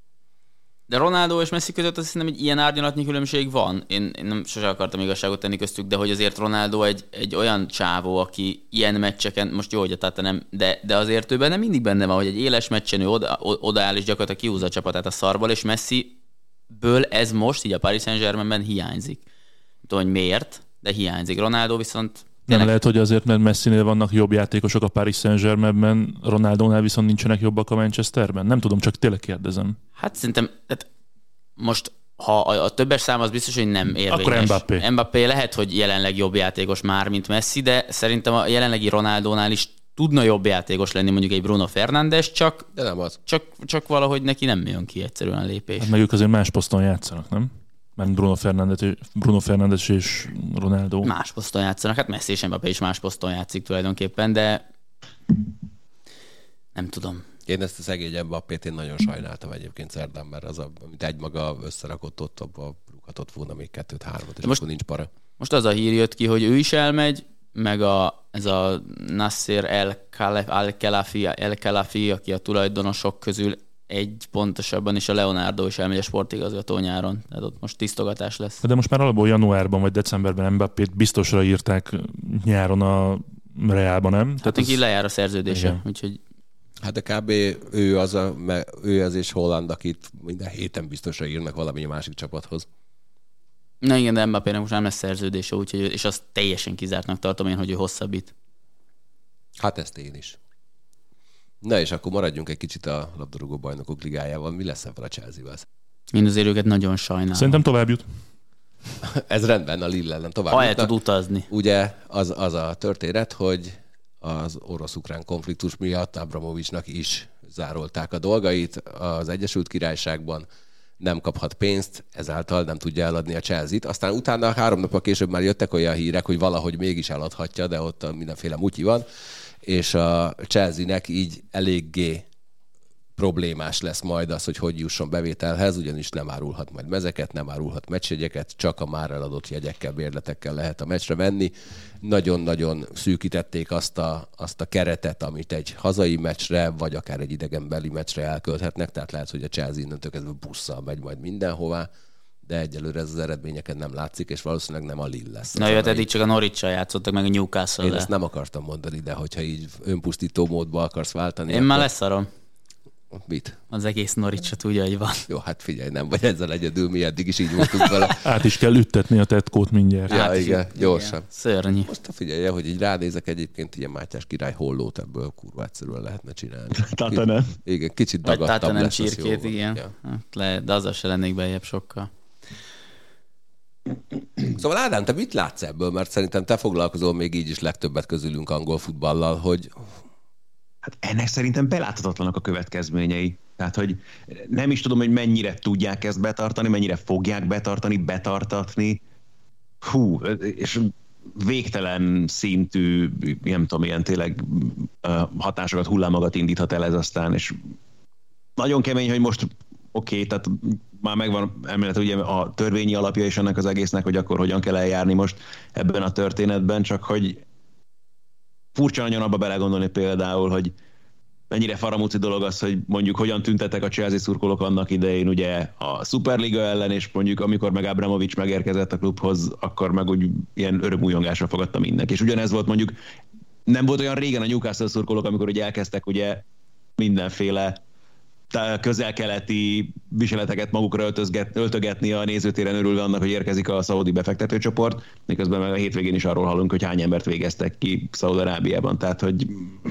De Ronaldo és Messi között azt hiszem, hogy ilyen árnyalatnyi különbség van. Én, én nem sose akartam igazságot tenni köztük, de hogy azért Ronaldo egy, egy olyan csávó, aki ilyen meccseken, most jó, hogy a Tata nem, de, de azért ő benne mindig benne van, hogy egy éles meccsen ő oda, odaáll és gyakorlatilag kihúzza a csapatát a szarból, és Messiből ez most így a Paris Saint-Germainben hiányzik. Nem tudom, hogy miért, de hiányzik. Ronaldo viszont... Nem tényleg... lehet, hogy azért, mert Messinél vannak jobb játékosok a Paris Saint-Germainben, Ronaldónál viszont nincsenek jobbak a Manchesterben? Nem tudom, csak tényleg kérdezem. Hát szerintem, hát most ha a, a többes szám az biztos, hogy nem érvényes. Akkor Mbappé. Mbappé lehet, hogy jelenleg jobb játékos már, mint Messi, de szerintem a jelenlegi Ronaldónál is tudna jobb játékos lenni mondjuk egy Bruno Fernandes, csak, de nem az. Csak, csak valahogy neki nem jön ki egyszerűen a lépés. Hát meg ők azért más poszton játszanak, nem? Mert Bruno Fernandes, Bruno Fernandes és Ronaldo. Más poszton játszanak, hát Messi és Mbappé is más poszton játszik tulajdonképpen, de nem tudom. Én ezt a szegény Mbappét én nagyon sajnáltam egyébként szerdán, mert az, a, amit egymaga összerakott ott, abba rúghatott volna még kettőt, hármat, és most, akkor nincs para. Most az a hír jött ki, hogy ő is elmegy, meg a, ez a Nasser El-Khelafi, El-Khelafi, aki a tulajdonosok közül egy pontosabban is a Leonardo is elmegy a sportigazgató nyáron. Tehát ott most tisztogatás lesz. De most már alapból januárban vagy decemberben Mbappét biztosra írták nyáron a Realban, nem? Hát Tehát neki az... lejár a szerződése, úgyhogy... Hát de kb. ő az, a, ő az és Holland, akit minden héten biztosra írnak valami másik csapathoz. Na igen, de Mbappének most nem lesz szerződése, úgyhogy, és azt teljesen kizártnak tartom én, hogy ő hosszabbít. Hát ezt én is. Na és akkor maradjunk egy kicsit a labdarúgó bajnokok ligájával. Mi lesz ebből a Chelsea-vel? Én azért őket nagyon sajnálom. Szerintem tovább jut. Ez rendben, a Lille ellen tovább Ha jutnak. el tud utazni. Ugye az, az a történet, hogy az orosz-ukrán konfliktus miatt Abramovicsnak is zárolták a dolgait az Egyesült Királyságban. nem kaphat pénzt, ezáltal nem tudja eladni a Chelsea-t. Aztán utána három nappal később már jöttek olyan hírek, hogy valahogy mégis eladhatja, de ott mindenféle mutyi van, és a Chelsea-nek így eléggé problémás lesz majd az, hogy hogy jusson bevételhez, ugyanis nem árulhat majd mezeket, nem árulhat meccsjegyeket, csak a már eladott jegyekkel, bérletekkel lehet a meccsre venni. Nagyon-nagyon szűkítették azt a, azt a keretet, amit egy hazai meccsre, vagy akár egy idegenbeli meccsre elkölthetnek, tehát lehet, hogy a Chelsea innentől kezdve busszal megy majd mindenhová, de egyelőre ez az eredményeken nem látszik, és valószínűleg nem a Lille lesz. Na jó, eddig csak a Norwich-sal játszottak, meg a Newcastle-le. Én ezt nem akartam mondani, de hogyha így önpusztító módba akarsz váltani. Én akkor... már leszarom. Mit? Az egész Norwich-ot úgy, ahogy van. Jó, hát figyelj, nem vagy ezzel egyedül, mi eddig is így voltunk vele. Át is kell üttetni a tetkót mindjárt. Ja, Hát, igen, gyorsan. Igen. Szörnyű. Most figyelj, hogy így ránézek, egyébként ilyen Mátyás király hollót ebből kurva egyszerűen lehetne csinálni. Tatanem. Igen, kicsit Vagy dagadtabb Tatanem lesz. csirkét, igen. Ja. Hát le, de azzal se lennék beljebb sokkal. Szóval Ádám, te mit látsz ebből? Mert szerintem te foglalkozol még így is legtöbbet közülünk angol futballal, hogy... Hát ennek szerintem beláthatatlanak a következményei. Tehát, hogy nem is tudom, hogy mennyire tudják ezt betartani, mennyire fogják betartani, betartatni. Hú, és végtelen szintű, nem tudom, ilyen tényleg hatásokat, hullámokat indíthat el ez aztán, és nagyon kemény, hogy most oké, okay, tehát már megvan emellett ugye a törvényi alapja is ennek az egésznek, hogy akkor hogyan kell eljárni most ebben a történetben, csak hogy furcsa nagyon abba belegondolni például, hogy mennyire faramúci dolog az, hogy mondjuk hogyan tüntettek a Chelsea szurkolók annak idején ugye a Superliga ellen, és mondjuk amikor meg Abramovich megérkezett a klubhoz, akkor meg úgy ilyen örömújongásra fogadta mindenki. És ugyanez volt mondjuk, nem volt olyan régen a Newcastle szurkolók, amikor ugye elkezdtek ugye mindenféle közel-keleti viseleteket magukra öltözget, öltögetni a nézőtéren, örülve annak, hogy érkezik a szaudi befektetőcsoport, miközben meg a hétvégén is arról hallunk, hogy hány embert végeztek ki Szaúd-Arábiában. Tehát, hogy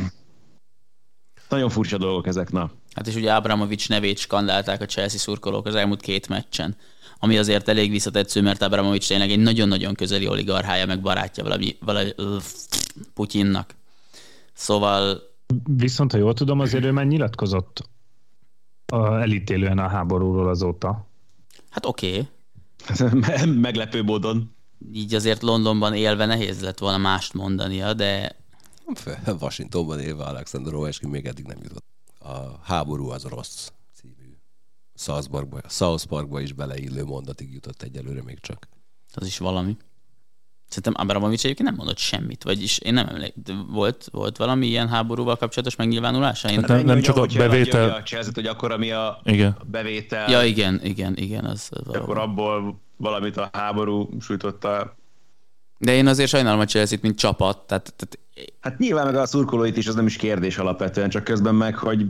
nagyon furcsa dolgok ezek, na. Hát és ugye Abramovich nevét skandálták a Chelsea szurkolók az elmúlt két meccsen, ami azért elég visszatetsző, mert Abramovich tényleg egy nagyon-nagyon közeli oligarchája, meg barátja valami, valami Putyinnak. Szóval... Viszont, ha jól tudom, azért ő már nyilatkozott elítélően a háborúról azóta. Hát oké. Okay. Meglepő módon. Így azért Londonban élve nehéz lett volna mást mondania, de... Washingtonban élve Alexander Ovechkin még eddig nem jutott. A háború az rossz című South Parkba, South Parkba is beleillő mondatig jutott egyelőre még csak. Az is valami. Szerintem Abramovich egyébként nem mondott semmit, vagyis én nem emlékszem. Volt, volt valami ilyen háborúval kapcsolatos megnyilvánulása? Én hát nem, nem csak a bevétel... A Chelsea-t, hogy akkor ami a igen. bevétel... Ja, igen, igen, igen. Az, az akkor abból valamit a háború sújtotta. De én azért sajnálom a Chelsea-t, mint csapat. Tehát, tehát... Hát nyilván meg a szurkolóit is, az nem is kérdés alapvetően, csak közben meg, hogy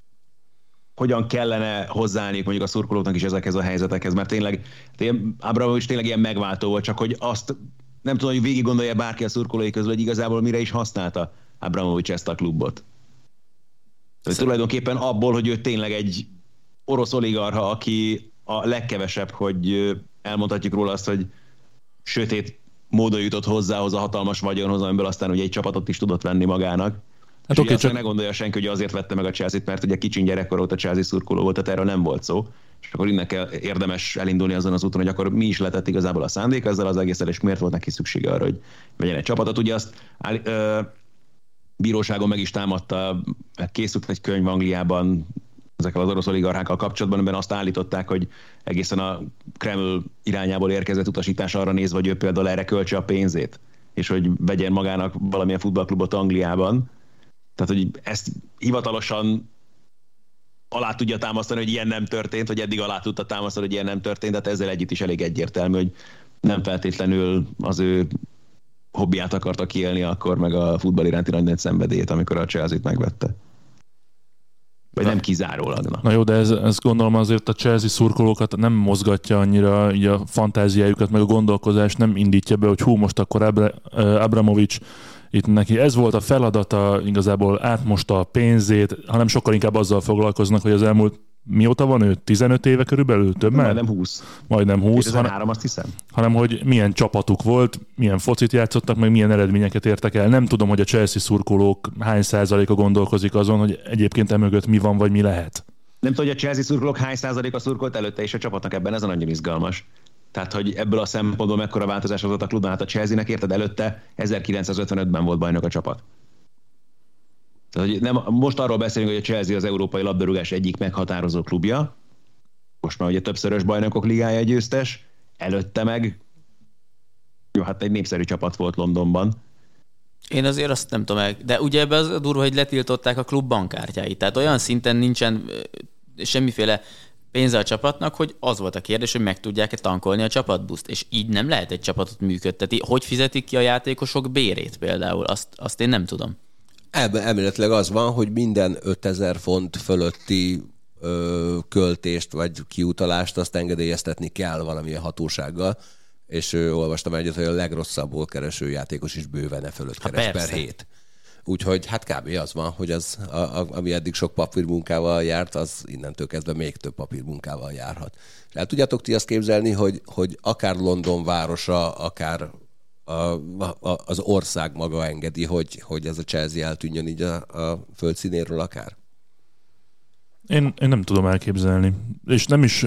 hogyan kellene hozzáállni mondjuk a szurkolóknak is ezekhez a helyzetekhez, mert tényleg Abramovich tényleg ilyen megváltó volt, csak hogy azt nem tudom, hogy végig gondolja bárki a szurkolói közül, hogy igazából mire is használta Abramovich ezt a klubot. Szóval tulajdonképpen abból, hogy ő tényleg egy orosz oligarcha, aki a legkevesebb, hogy elmondhatjuk róla azt, hogy sötét módon jutott hozzához a hatalmas vagyonhoz, amiből aztán ugye egy csapatot is tudott venni magának. Hát és okay, csak... ne gondolja senki, hogy azért vette meg a Chelsea-t, mert ugye kicsin gyerekkor óta Chelsea szurkoló volt, tehát erről nem volt szó. És akkor innen kell érdemes elindulni azon az úton, hogy akkor mi is letett igazából a szándék ezzel az egészen, és miért volt neki szüksége arra, hogy vegyen egy csapatot. Ugye azt áll, ö, bíróságon meg is támadta, készült egy könyv Angliában ezekkel az orosz oligarchákkal kapcsolatban, amiben azt állították, hogy egészen a Kreml irányából érkezett utasítás arra nézve, hogy ő például erre költse a pénzét, és hogy vegyen magának valamilyen futballklubot Angliában. Tehát, hogy ezt hivatalosan alá tudja támasztani, hogy ilyen nem történt, hogy eddig alá tudta támasztani, hogy ilyen nem történt, tehát ezzel együtt is elég egyértelmű, hogy nem feltétlenül az ő hobbiát akarta kiélni akkor, meg a futball iránti nagy szenvedélyét, amikor a Chelsea-t megvette. Vagy nem kizárólag. Na, na jó, de ez, ez gondolom azért a Chelsea szurkolókat nem mozgatja annyira, így a fantáziájukat, meg a gondolkozást nem indítja be, hogy hú, most akkor Abra, Abramovich itt neki ez volt a feladata, igazából átmosta a pénzét, hanem sokkal inkább azzal foglalkoznak, hogy az elmúlt mióta van ő? tizenöt éve körülbelül? Több már? Majdnem húsz. Majdnem húsz. kétezer-három, hanem, azt hiszem. hanem, hogy milyen csapatuk volt, milyen focit játszottak, meg milyen eredményeket értek el. Nem tudom, hogy a Chelsea szurkolók hány százaléka gondolkozik azon, hogy egyébként emögött mi van, vagy mi lehet. Nem tudom, hogy a Chelsea szurkolók hány százaléka szurkolt előtte, és a csapatnak ebben ez a nagyon izgalmas. Tehát, hogy ebből a szempontból mekkora változás volt a klubban, hát a Chelsea-nek érted, előtte ezerkilencszázötvenötben volt bajnok a csapat. Tehát, hogy nem, most arról beszélünk, hogy a Chelsea az európai labdarúgás egyik meghatározó klubja, most már ugye többszörös bajnokok ligája győztes, előtte meg jó, hát egy népszerű csapat volt Londonban. Én azért azt nem tudom meg, de ugye ebben az a durva, hogy letiltották a klub bankkártyáit, tehát olyan szinten nincsen semmiféle pénze a csapatnak, hogy az volt a kérdés, hogy meg tudják-e tankolni a csapatbuszt, és így nem lehet egy csapatot működtetni. Hogy fizetik ki a játékosok bérét például? Azt, azt én nem tudom. Ebben elméletileg az van, hogy minden ötezer font fölötti ö, költést vagy kiutalást azt engedélyeztetni kell valamilyen hatósággal, és ö, olvastam egyet, hogy a legrosszabbul kereső játékos is bőven e fölött keres ha, per hét. Úgyhogy hát kb. Az van, hogy az, a, a, ami eddig sok papírmunkával járt, az innentől kezdve még több papírmunkával járhat. És el tudjátok ti azt képzelni, hogy, hogy akár London városa, akár a, a, az ország maga engedi, hogy, hogy ez a Chelsea eltűnjön így a, a földszínéről akár? Én, én nem tudom elképzelni. És nem is...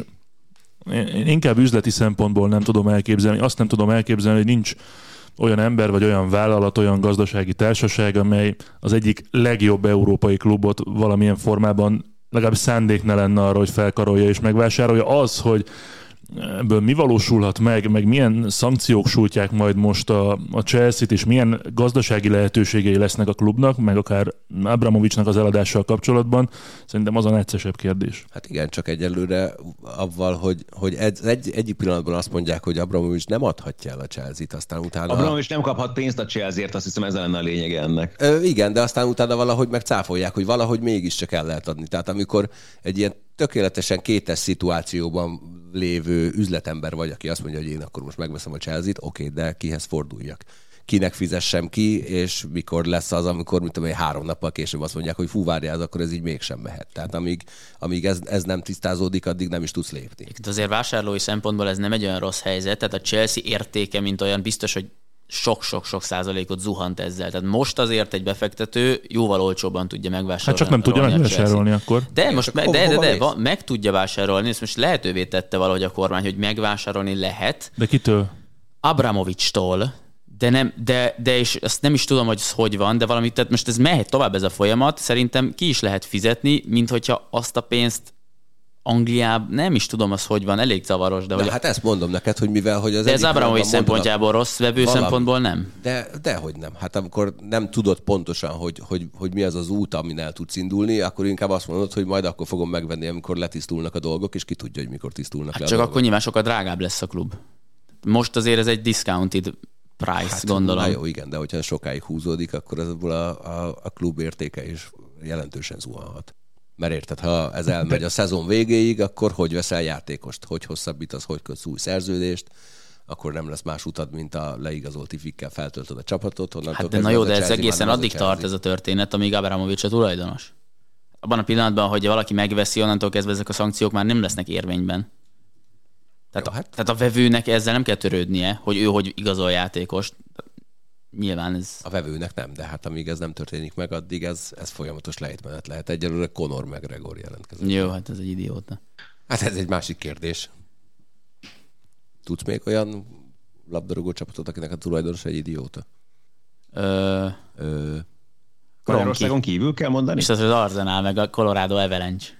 Én inkább üzleti szempontból nem tudom elképzelni. Azt nem tudom elképzelni, hogy nincs olyan ember, vagy olyan vállalat, olyan gazdasági társaság, amely az egyik legjobb európai klubot valamilyen formában legalább szándék ne lenne arra, hogy felkarolja és megvásárolja. Az, hogy ebből mi valósulhat meg, meg milyen szankciók sújtják majd most a, a Chelsea-t, és milyen gazdasági lehetőségei lesznek a klubnak, meg akár Abramovicsnak az eladással kapcsolatban, szerintem az a neccesebb kérdés. Hát igen, csak egyelőre avval, hogy, hogy egy, egy, egyik pillanatban azt mondják, hogy Abramovics nem adhatja el a Chelsea-t, aztán utána... Abramovics nem kaphat pénzt a Chelsea-ért, azt hiszem ez lenne a lényege ennek. Ö, igen, de aztán utána valahogy megcáfolják, hogy valahogy mégiscsak el lehet adni. Tehát amikor egy ilyen tökéletesen kétes szituációban lévő üzletember vagy, aki azt mondja, hogy én akkor most megveszem a Chelsea-t, oké, okay, de kihez forduljak? Kinek fizessem ki, és mikor lesz az, amikor, mint tudom, három nappal később azt mondják, hogy fú, várjál, akkor ez így mégsem mehet. Tehát amíg, amíg ez, ez nem tisztázódik, addig nem is tudsz lépni. Itt azért vásárlói szempontból ez nem egy olyan rossz helyzet, tehát a Chelsea értéke, mint olyan biztos, hogy sok-sok-sok százalékot zuhant ezzel. Tehát most azért egy befektető jóval olcsóbban tudja megvásárolni. Hát csak nem tudja megvásárolni akkor. De most me- de, de, de, de meg tudja vásárolni, ezt most lehetővé tette valahogy a kormány, hogy megvásárolni lehet. De kitől? Abramovics-tól, de, nem, de, de és azt nem is tudom, hogy ez hogy van, de valamit, tehát most ez mehet tovább ez a folyamat, szerintem ki is lehet fizetni, mint hogyha azt a pénzt Angliában, nem is tudom az, hogy van, elég zavaros. De, de hogy hát ezt mondom neked, hogy mivel, hogy az... De ez Abramovics szempontjából rossz, vevő valami, szempontból nem. De, dehogy nem. Hát amikor nem tudod pontosan, hogy, hogy, hogy mi az az út, amin el tudsz indulni, akkor inkább azt mondod, hogy majd akkor fogom megvenni, amikor letisztulnak a dolgok, és ki tudja, hogy mikor tisztulnak hát le csak a akkor dolgok. nyilván sokkal drágább lesz a klub. Most azért ez egy discounted price, hát, gondolom. Na jó, igen, de hogyha sokáig húzódik, akkor ebből a, a, a klub értéke is jelentősen zuhanhat. Mert érted, ha ez elmegy a szezon végéig, akkor hogy veszel játékost? Hogy hosszabbítasz, hogy kötsz új szerződést? Akkor nem lesz más utad, mint a leigazolt ifikkel feltöltöd a csapatot. Hát de na jó, de ez egészen addig tart ez a történet, amíg Abramovics a tulajdonos. Abban a pillanatban, hogy valaki megveszi, onnantól kezdve ezek a szankciók már nem lesznek érvényben. Tehát, jó, hát. tehát a vevőnek ezzel nem kell törődnie, hogy ő hogy igazol játékost. Nyilván ez... A vevőnek nem, de hát amíg ez nem történik meg, addig ez, ez folyamatos lejtmenet lehet. Egyelőre Conor McGregor jelentkezett. Jó, hát ez egy idióta. Hát ez egy másik kérdés. Tudsz még olyan labdarúgó csapatot, akinek a tulajdonos egy idióta? Ö... Ö... Magyarországon kívül kell mondani? És az az Arsenal, meg a Colorado Avalanche.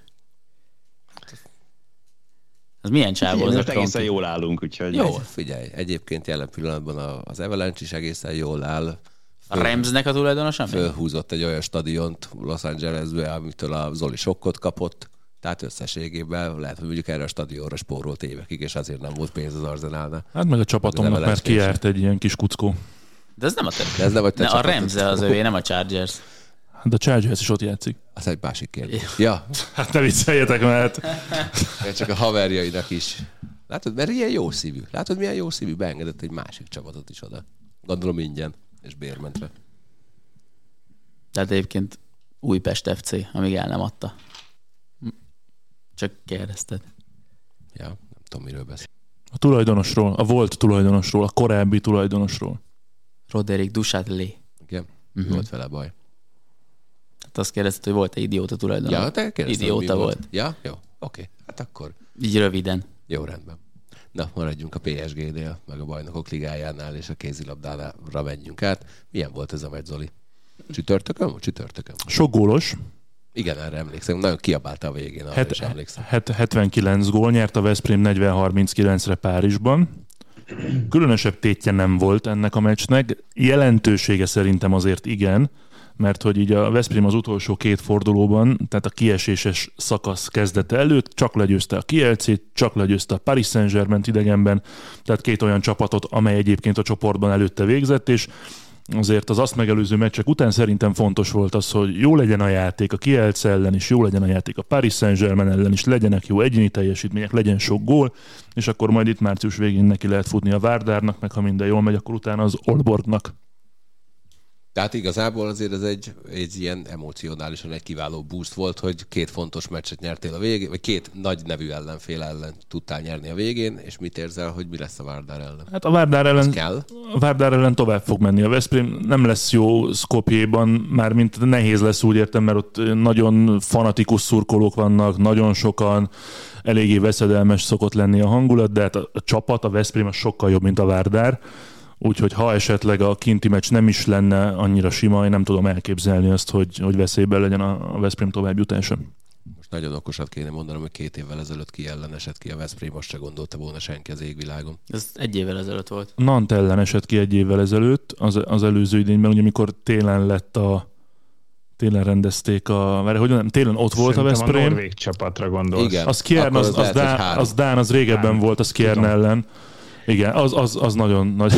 Az milyen csávó? Most egészen jól állunk, úgyhogy... Jó, figyelj, egyébként jelen pillanatban az Avalanche is egészen jól áll. Föl, a Ramsnek a tulajdonosa? Fölhúzott egy olyan stadiont Los Angelesbe, amitől a Zoli sokkot kapott. Tehát összességében lehet, hogy mondjuk erre a stadionra spórolt évekig, és azért nem volt pénz az Arsenalnál. Hát meg a csapatomnak már kijárt egy ilyen kis kuckó. De ez nem a te. De ez nem a te ne, a Ramsey az övé, nem a Chargers. De a Chargers is ott játszik. Az egy másik kérdés. Ja. Hát ne vicceljetek, mert... Csak a haverjainak is. Látod, mert ilyen jó szívű. Látod, milyen jó szívű? Beengedett egy másik csapatot is oda. Gondolom ingyen és bérmentve. Tehát egyébként Újpest ef cé, amíg el nem adta. Csak kérdezted. Ja, nem tudom, miről beszél. A tulajdonosról, a volt tulajdonosról, a korábbi tulajdonosról. Roderick Duchâtelet. Igen, uh-huh. Volt vele baj. Hát azt kérdezted, hogy volt-e idióta tulajdon. Ja, te kérdezted, idióta volt. volt. Ja, jó, oké. Hát akkor... Így röviden. Jó, rendben. Na, maradjunk a pé es gé-nél, meg a Bajnokok Ligájánál, és a kézilabdára menjünk át. Milyen volt ez a meccs, Zoli? Csütörtökön? Csütörtökön. Sok gólos. Igen, erre emlékszem. Nagyon kiabálta a végén, arra Het, is emlékszem. het, hetvenkilenc gól, nyert a Veszprém negyven harminckilencre Párizsban. Különösebb tétje nem volt ennek a meccsnek. Jelentősége szerintem azért igen, mert hogy így a Veszprém az utolsó két fordulóban, tehát a kieséses szakasz kezdete előtt csak legyőzte a Kielcét, csak legyőzte a Paris Saint-Germaint idegenben, tehát két olyan csapatot, amely egyébként a csoportban előtte végzett, és azért az azt megelőző meccsek után szerintem fontos volt az, hogy jó legyen a játék a Kielce ellen is, jó legyen a játék a Paris Saint-Germain ellen is, legyenek jó egyéni teljesítmények, legyen sok gól, és akkor majd itt március végén neki lehet futni a Várdárnak, meg ha minden jól megy, akkor utána az Aalborgnak. Tehát igazából azért ez egy, egy ilyen emocionálisan egy kiváló boost volt, hogy két fontos meccset nyertél a végén, vagy két nagy nevű ellenfél ellen tudtál nyerni a végén, és mit érzel, hogy mi lesz a Várdár ellen? Hát a Várdár ellen, kell? a Várdár ellen tovább fog menni a Veszprém. Nem lesz jó Skopjéban, mármint nehéz lesz, úgy értem, mert ott nagyon fanatikus szurkolók vannak, nagyon sokan, eléggé veszedelmes szokott lenni a hangulat, de hát a, a csapat, a Veszprém az sokkal jobb, mint a Várdár. Úgyhogy ha esetleg a kinti meccs nem is lenne annyira sima, én nem tudom elképzelni azt, hogy, hogy veszélyben legyen a, a Veszprém továbbjutása. Most nagyon okosat kéne mondanom, hogy két évvel ezelőtt ki ellen esett ki a Veszprém, most se gondolta volna senki az égvilágon. Ez egy évvel ezelőtt volt. Nant ellen esett ki egy évvel ezelőtt, az, az előző idényben, ugye amikor télen lett a télen rendezték a... Mert hogy nem, télen ott volt Szerintem a Veszprém. a norvég csapatra gondolsz. Igen. Az Kjern, az, az az, lehet, Dán, hogy három. az Dán, az régebben Három. volt, az Kjern Tudom. ellen. Igen, az, az, az nagyon nagy...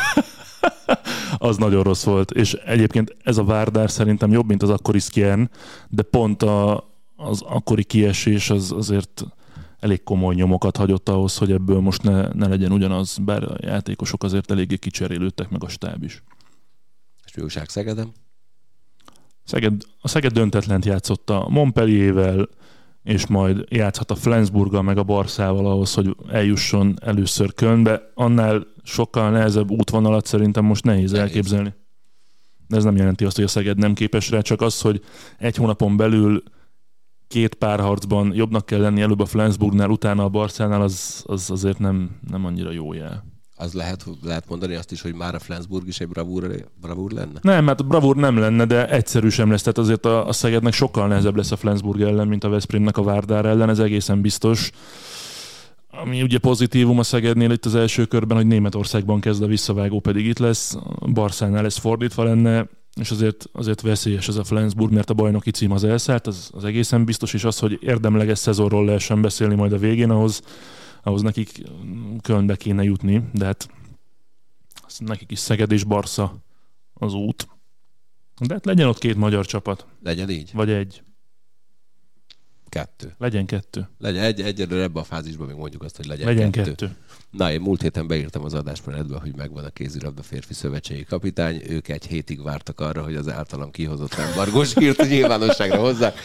az nagyon rossz volt. És egyébként ez a Várdár szerintem jobb, mint az akkori Skjern, de pont a, az akkori kiesés az azért elég komoly nyomokat hagyott ahhoz, hogy ebből most ne, ne legyen ugyanaz, bár a játékosok azért eléggé kicserélődtek, meg a stáb is. És mi újság Szegedem? Szeged, a Szeged döntetlent játszott a Montpelliervel, és majd játszhat a Flensburggal meg a Barszával ahhoz, hogy eljusson először Kölnbe. Annál sokkal nehezebb útvonalat szerintem most nehéz, nehéz elképzelni. De ez nem jelenti azt, hogy a Szeged nem képes rá, csak az, hogy egy hónapon belül két párharcban jobbnak kell lenni előbb a Flensburgnál, utána a Barszánál, az, az azért nem, nem annyira jó jel. Az lehet, lehet mondani azt is, hogy már a Flensburg is egy bravúr, bravúr lenne? Nem, hát bravúr nem lenne, de egyszerű sem lesz. Tehát azért a, a Szegednek sokkal nehezebb lesz a Flensburg ellen, mint a Veszprémnek a Várdár ellen, ez egészen biztos. Ami ugye pozitívum a Szegednél itt az első körben, hogy Németországban kezd a visszavágó, pedig itt lesz. Barszánál ez fordítva lenne, és azért, azért veszélyes ez a Flensburg, mert a bajnoki cím az elszállt, az, az egészen biztos, és az, hogy érdemleges szezonról lehessen beszélni majd a végén, ahhoz ahhoz nekik Kölnbe kéne jutni, de hát nekik is Szeged és Barsza az út. De hát legyen ott két magyar csapat. Legyen így? Vagy egy. Kettő. Legyen kettő. Legyen egy, egyelőre ebben a fázisban még mondjuk azt, hogy legyen, legyen kettő. kettő. Na, én múlt héten beírtam az adásmenetbe, hogy megvan a kézilabda férfi szövetségi kapitány. Ők egy hétig vártak arra, hogy az általam kihozott embargós hírt a nyilvánosságra hozzák.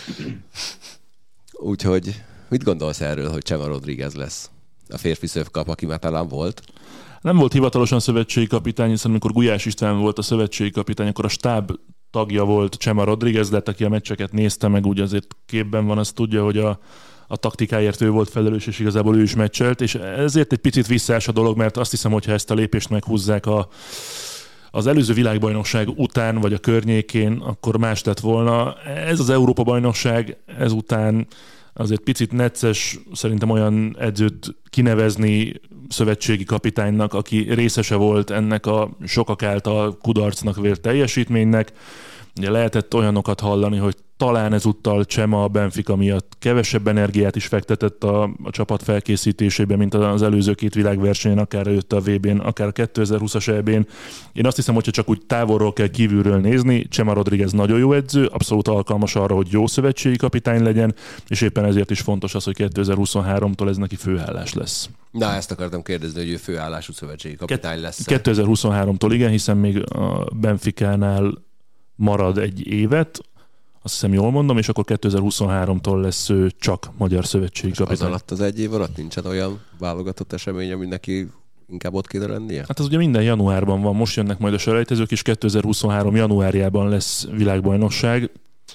Úgyhogy mit gondolsz erről, hogy Chema Rodriguez lesz a férfi szövkap, aki már talán volt? Nem volt hivatalosan szövetségi kapitány, hiszen amikor Gulyás István volt a szövetségi kapitány, akkor a stáb tagja volt Chema Rodriguez, de aki a meccseket nézte, meg úgy azért képben van, az tudja, hogy a, a taktikáért ő volt felelős, és igazából ő is meccselt, és ezért egy picit visszaás a dolog, mert azt hiszem, hogyha ezt a lépést meghúzzák a az előző világbajnokság után, vagy a környékén, akkor más lett volna. Ez az Európa-bajnokság ezután azért picit necces szerintem olyan edzőt kinevezni szövetségi kapitánynak, aki részese volt ennek a sokak által kudarcnak vélt teljesítménynek. Ugye lehetett olyanokat hallani, hogy talán ezúttal Chema a Benfica miatt kevesebb energiát is fektetett a, a csapat felkészítésébe, mint az előző két világversenyen, akár előtte a vé bén, akár a kétezer-húszas é bén. Én azt hiszem, hogyha csak úgy távolról kell kívülről nézni, Chema Rodriguez nagyon jó edző, abszolút alkalmas arra, hogy jó szövetségi kapitány legyen, és éppen ezért is fontos az, hogy kétezer-huszonháromtól ez neki főállás lesz. Na, ezt akartam kérdezni, hogy ő főállású szövetségi kapitány lesz. kétezer-huszonháromtól igen, hiszen még a Benficánál marad egy évet, azt hiszem jól mondom, és akkor kétezer-huszonháromtól lesz ő csak magyar szövetségi kapitány. Az alatt az egy év alatt nincsen olyan válogatott esemény, ami neki inkább ott kéne lennie? Hát az ugye minden januárban van, most jönnek majd a selejtezők, és kétezer-huszonhárom januárjában lesz világbajnokság.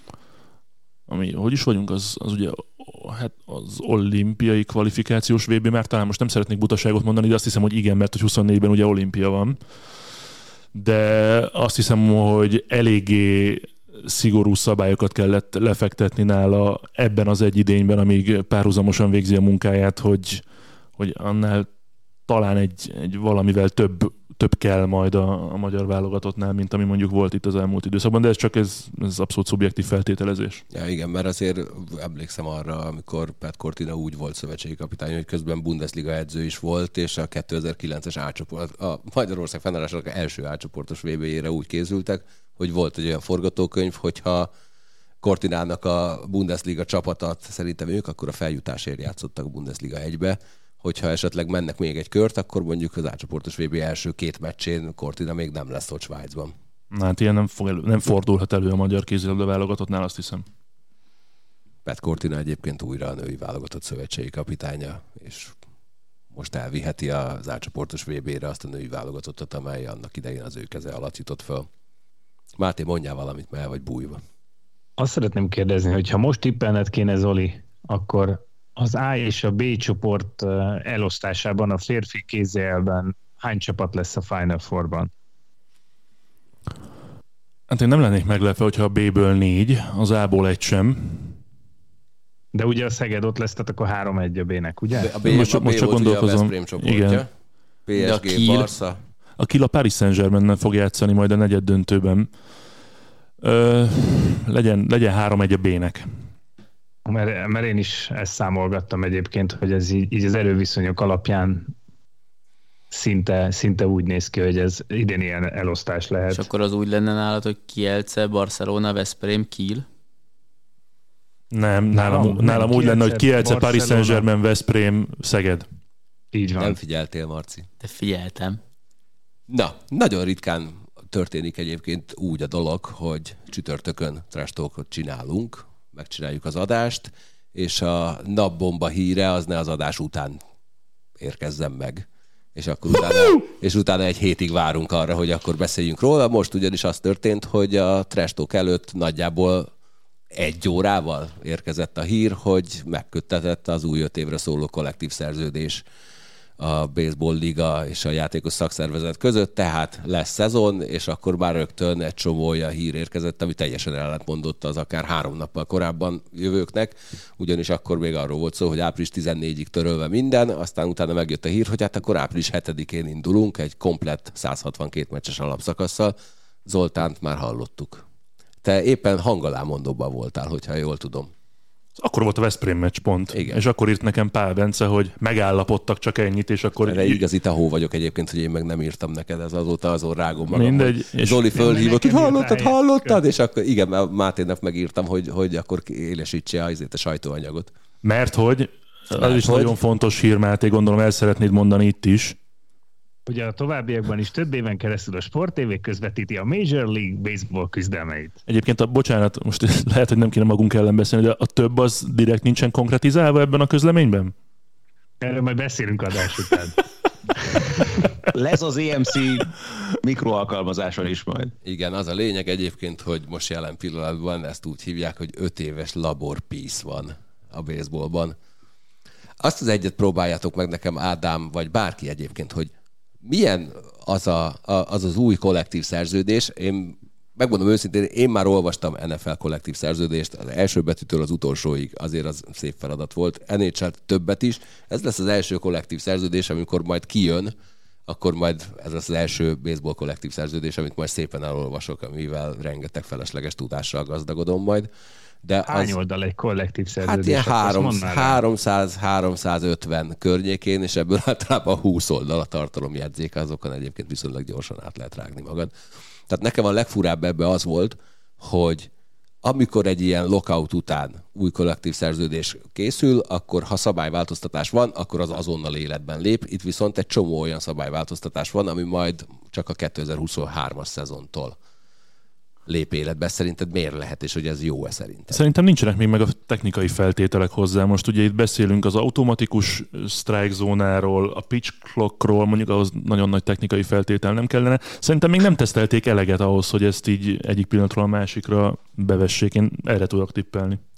ami, hogy is vagyunk, az, az ugye hát az olimpiai kvalifikációs vé bé, már talán most nem szeretnék butaságot mondani, de azt hiszem, hogy igen, mert hogy huszonnégyben ugye olimpia van. De azt hiszem, hogy eléggé szigorú szabályokat kellett lefektetni nála ebben az egy idényben, amíg párhuzamosan végzi a munkáját, hogy, hogy annál talán egy, egy valamivel több, több kell majd a, a magyar válogatottnál, mint ami mondjuk volt itt az elmúlt időszakban, de ez csak ez, ez abszolút szubjektív feltételezés. Ja, igen, mert azért emlékszem arra, amikor Pat Cortina úgy volt szövetségi kapitány, hogy közben Bundesliga edző is volt, és a kétezer-kilences A-csoport, a Magyarország fennállásának első A-csoportos vé bé-jére úgy készültek, hogy volt egy olyan forgatókönyv, hogyha Cortinának a Bundesliga csapatat szerintem ők akkor a feljutásért játszottak a Bundesliga egybe, hogyha esetleg mennek még egy kört, akkor mondjuk az A-csoportos vé bé első két meccsén Cortina még nem lesz ott Svájcban. Na, hát ilyen nem, fog elő, nem fordulhat elő a magyar kézilabda válogatottnál, azt hiszem. Pat Cortina egyébként újra a női válogatott szövetségi kapitánya, és most elviheti az A-csoportos vé bé-re azt a női válogatottat, amely annak idején az ő keze alatt jutott föl. Máté, mondjál valamit, mert el vagy bújva. Azt szeretném kérdezni, hogy ha most tippelned kéne, Zoli, akkor az A és a B csoport elosztásában a férfi kézilabdában hány csapat lesz a Final Four-ban? Hát én nem lennék meglepve, hogyha a B-ből négy, az A-ból egy sem. De ugye a Szeged ott lesz, tehát akkor három egy a B-nek, ugye? A B, most, a B most csak gondolkozom. A Veszprém csoportja. Igen. pé es gé, Barca. A Kiel a Paris Saint-Germainen fog játszani majd a negyed döntőben. Ö, legyen, legyen három egy a B-nek. Mert, mert én is ezt számolgattam egyébként, hogy ez így, így az erőviszonyok alapján szinte, szinte úgy néz ki, hogy ez idén ilyen elosztás lehet. És akkor az úgy lenne nálad, hogy Kielce, Barcelona, Veszprém, Kiel? Nem, nálam, nálam, nálam úgy lenne, hogy Kielce, Paris Saint-Germain, Veszprém, Szeged. Így van. Nem figyeltél, Marci. De figyeltem. Na, nagyon ritkán történik egyébként úgy a dolog, hogy csütörtökön trash talkot csinálunk, megcsináljuk az adást, és a napbomba híre az ne az adás után érkezzen meg. És akkor utána, és utána egy hétig várunk arra, hogy akkor beszéljünk róla. Most ugyanis az történt, hogy a trash talk előtt nagyjából egy órával érkezett a hír, hogy megköttetett az új öt évre szóló kollektív szerződés a Baseball Liga és a játékos szakszervezet között, tehát lesz szezon, és akkor már rögtön egy csomó olyan hír érkezett, ami teljesen ellentmondott az akár három nappal korábban jövőknek, ugyanis akkor még arról volt szó, hogy április tizennégyedikéig törölve minden, aztán utána megjött a hír, hogy hát akkor április hetedikén indulunk egy komplett száz hatvankét meccses alapszakasszal. Zoltánt már hallottuk. Te éppen hangalámondóban voltál, hogyha jól tudom. Akkor volt a Veszprém meccs pont. Igen. És akkor írt nekem Pál Bence, hogy megállapodtak csak ennyit, és akkor... Erre igazi tahó vagyok egyébként, hogy én meg nem írtam neked, ez azóta azon rágom magam. Mindegy. És Zoli fölhívott, hogy hallottad, hallottad, és akkor igen, Mátének megírtam, hogy, hogy akkor élesítse azért a sajtóanyagot. Mert hogy, az Mert is hogy? nagyon fontos hír, Máté, gondolom el szeretnéd mondani itt is. Ugye a továbbiakban is több éven keresztül a Sport té vé közvetíti a Major League Baseball küzdelmeit. Egyébként a, bocsánat, most lehet, hogy nem kéne magunk ellen beszélni, de a több az direkt nincsen konkretizálva ebben a közleményben? Erről majd beszélünk adás után. Lesz az é em cé mikroalkalmazáson is majd. Igen, az a lényeg egyébként, hogy most jelen pillanatban ezt úgy hívják, hogy öt éves labor piece van a baseballban. Azt az egyet próbáljátok meg nekem, Ádám, vagy bárki egyébként, hogy milyen az, a, a, az az új kollektív szerződés. Én megmondom őszintén, én már olvastam en ef el kollektív szerződést, az első betűtől az utolsóig, azért az szép feladat volt. en há el többet is. Ez lesz az első kollektív szerződés, amikor majd kijön, akkor majd ez lesz az első baseball kollektív szerződés, amit majd szépen elolvasok, amivel rengeteg felesleges tudással gazdagodom majd. De Hány az, oldal egy kollektív szerződés? hát ilyen háromszáz-háromszázötven környékén, és ebből általában húsz oldal a tartalomjegyzék, azokon egyébként viszonylag gyorsan át lehet rágni magad. Tehát nekem a legfurább ebbe az volt, hogy amikor egy ilyen lockout után új kollektív szerződés készül, akkor ha szabályváltoztatás van, akkor az azonnal életben lép. Itt viszont egy csomó olyan szabályváltoztatás van, ami majd csak a kétezer-huszonhármas szezontól lép életbe. Szerinted miért lehet, és hogy ez jó-e szerintem? Szerintem nincsenek még meg a technikai feltételek hozzá. Most ugye itt beszélünk az automatikus strike zónáról, a pitch clockról, mondjuk ahhoz nagyon nagy technikai feltétel nem kellene. Szerintem még nem tesztelték eleget ahhoz, hogy ezt így egyik pillanatról a másikra bevessék. Én erre tudok tippelni.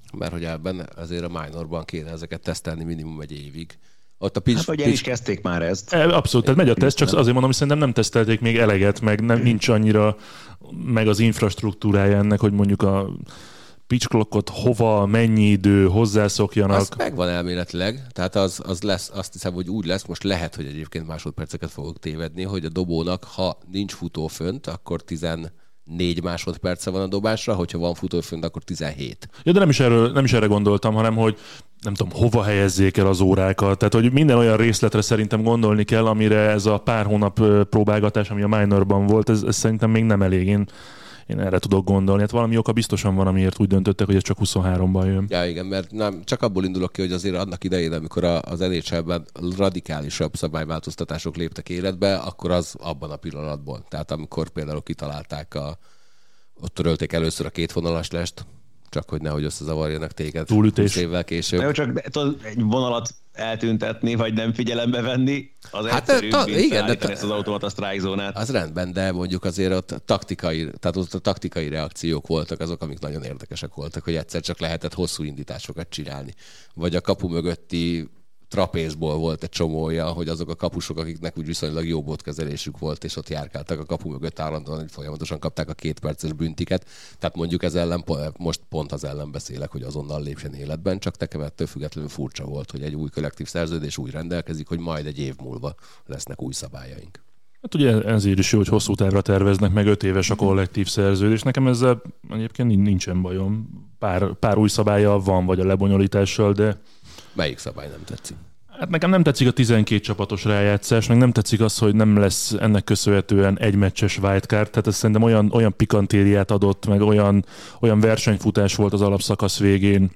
Mert hogy ebben azért a minorban kéne ezeket tesztelni minimum egy évig. Ott a pitch, hát, vagy el is kezdték már ezt. Abszolút, tehát megy a teszt, csak azért mondom, hogy szerintem nem tesztelték még eleget, meg nem, nincs annyira meg az infrastruktúrája ennek, hogy mondjuk a pitch clockot hova, mennyi idő, hozzászokjanak. Az megvan elméletileg, tehát az, az lesz, azt hiszem, hogy úgy lesz, most lehet, hogy egyébként másodperceket fogok tévedni, hogy a dobónak, ha nincs futó fönt, akkor tizennégy másodperce van a dobásra, hogyha van futó fönt, akkor tizenhét. Ja, de nem is, erről, nem is erre gondoltam, hanem hogy nem tudom, hova helyezzék el az órákat. Tehát, hogy minden olyan részletre szerintem gondolni kell, amire ez a pár hónap próbálgatás, ami a minorban volt, ez, ez szerintem még nem elég. Én, én erre tudok gondolni. Hát valami oka biztosan van, amiért úgy döntöttek, hogy ez csak huszonháromban jön. Ja, igen, mert nem, csak abból indulok ki, hogy azért annak idején, amikor az en há el-ben radikálisabb szabályváltoztatások léptek életbe, akkor az abban a pillanatban. Tehát amikor például kitalálták a ott törölték először a kétvonalas lest, csak hogy nehogy összezavarjanak téged túlütés húsz évvel később. Jó, csak tudod, egy vonalat eltüntetni, vagy nem figyelembe venni, az hát egyszerűbb, ta, mint igen, de ezt az automata strike zónát. Az rendben, de mondjuk azért ott taktikai, tehát ott a taktikai reakciók voltak azok, amik nagyon érdekesek voltak, hogy egyszer csak lehetett hosszú indításokat csinálni. Vagy a kapu mögötti trapézból volt egy csomója, hogy azok a kapusok, akiknek úgy viszonylag jó botkezelésük volt, és ott járkáltak a kapu mögött állandóan, hogy folyamatosan kapták a két perces büntiket. Tehát mondjuk ez ellen, most pont az ellen beszélek, hogy azonnal lépjen életben, csak nekem ettől függetlenül furcsa volt, hogy egy új kollektív szerződés úgy rendelkezik, hogy majd egy év múlva lesznek új szabályaink. Hát ugye ezért is jó, hogy hosszú távra terveznek, meg öt éves a kollektív szerződés. Nekem ezzel egyébként nincsen bajom. Pár, pár új szabálya van, vagy a lebonyolítással, de melyik szabály nem tetszik? Hát nekem nem tetszik a tizenkét csapatos rájátszás, meg nem tetszik az, hogy nem lesz ennek köszönhetően egy meccses wildcard, tehát ez szerintem olyan, olyan pikantériát adott, meg olyan, olyan versenyfutás volt az alapszakasz végén,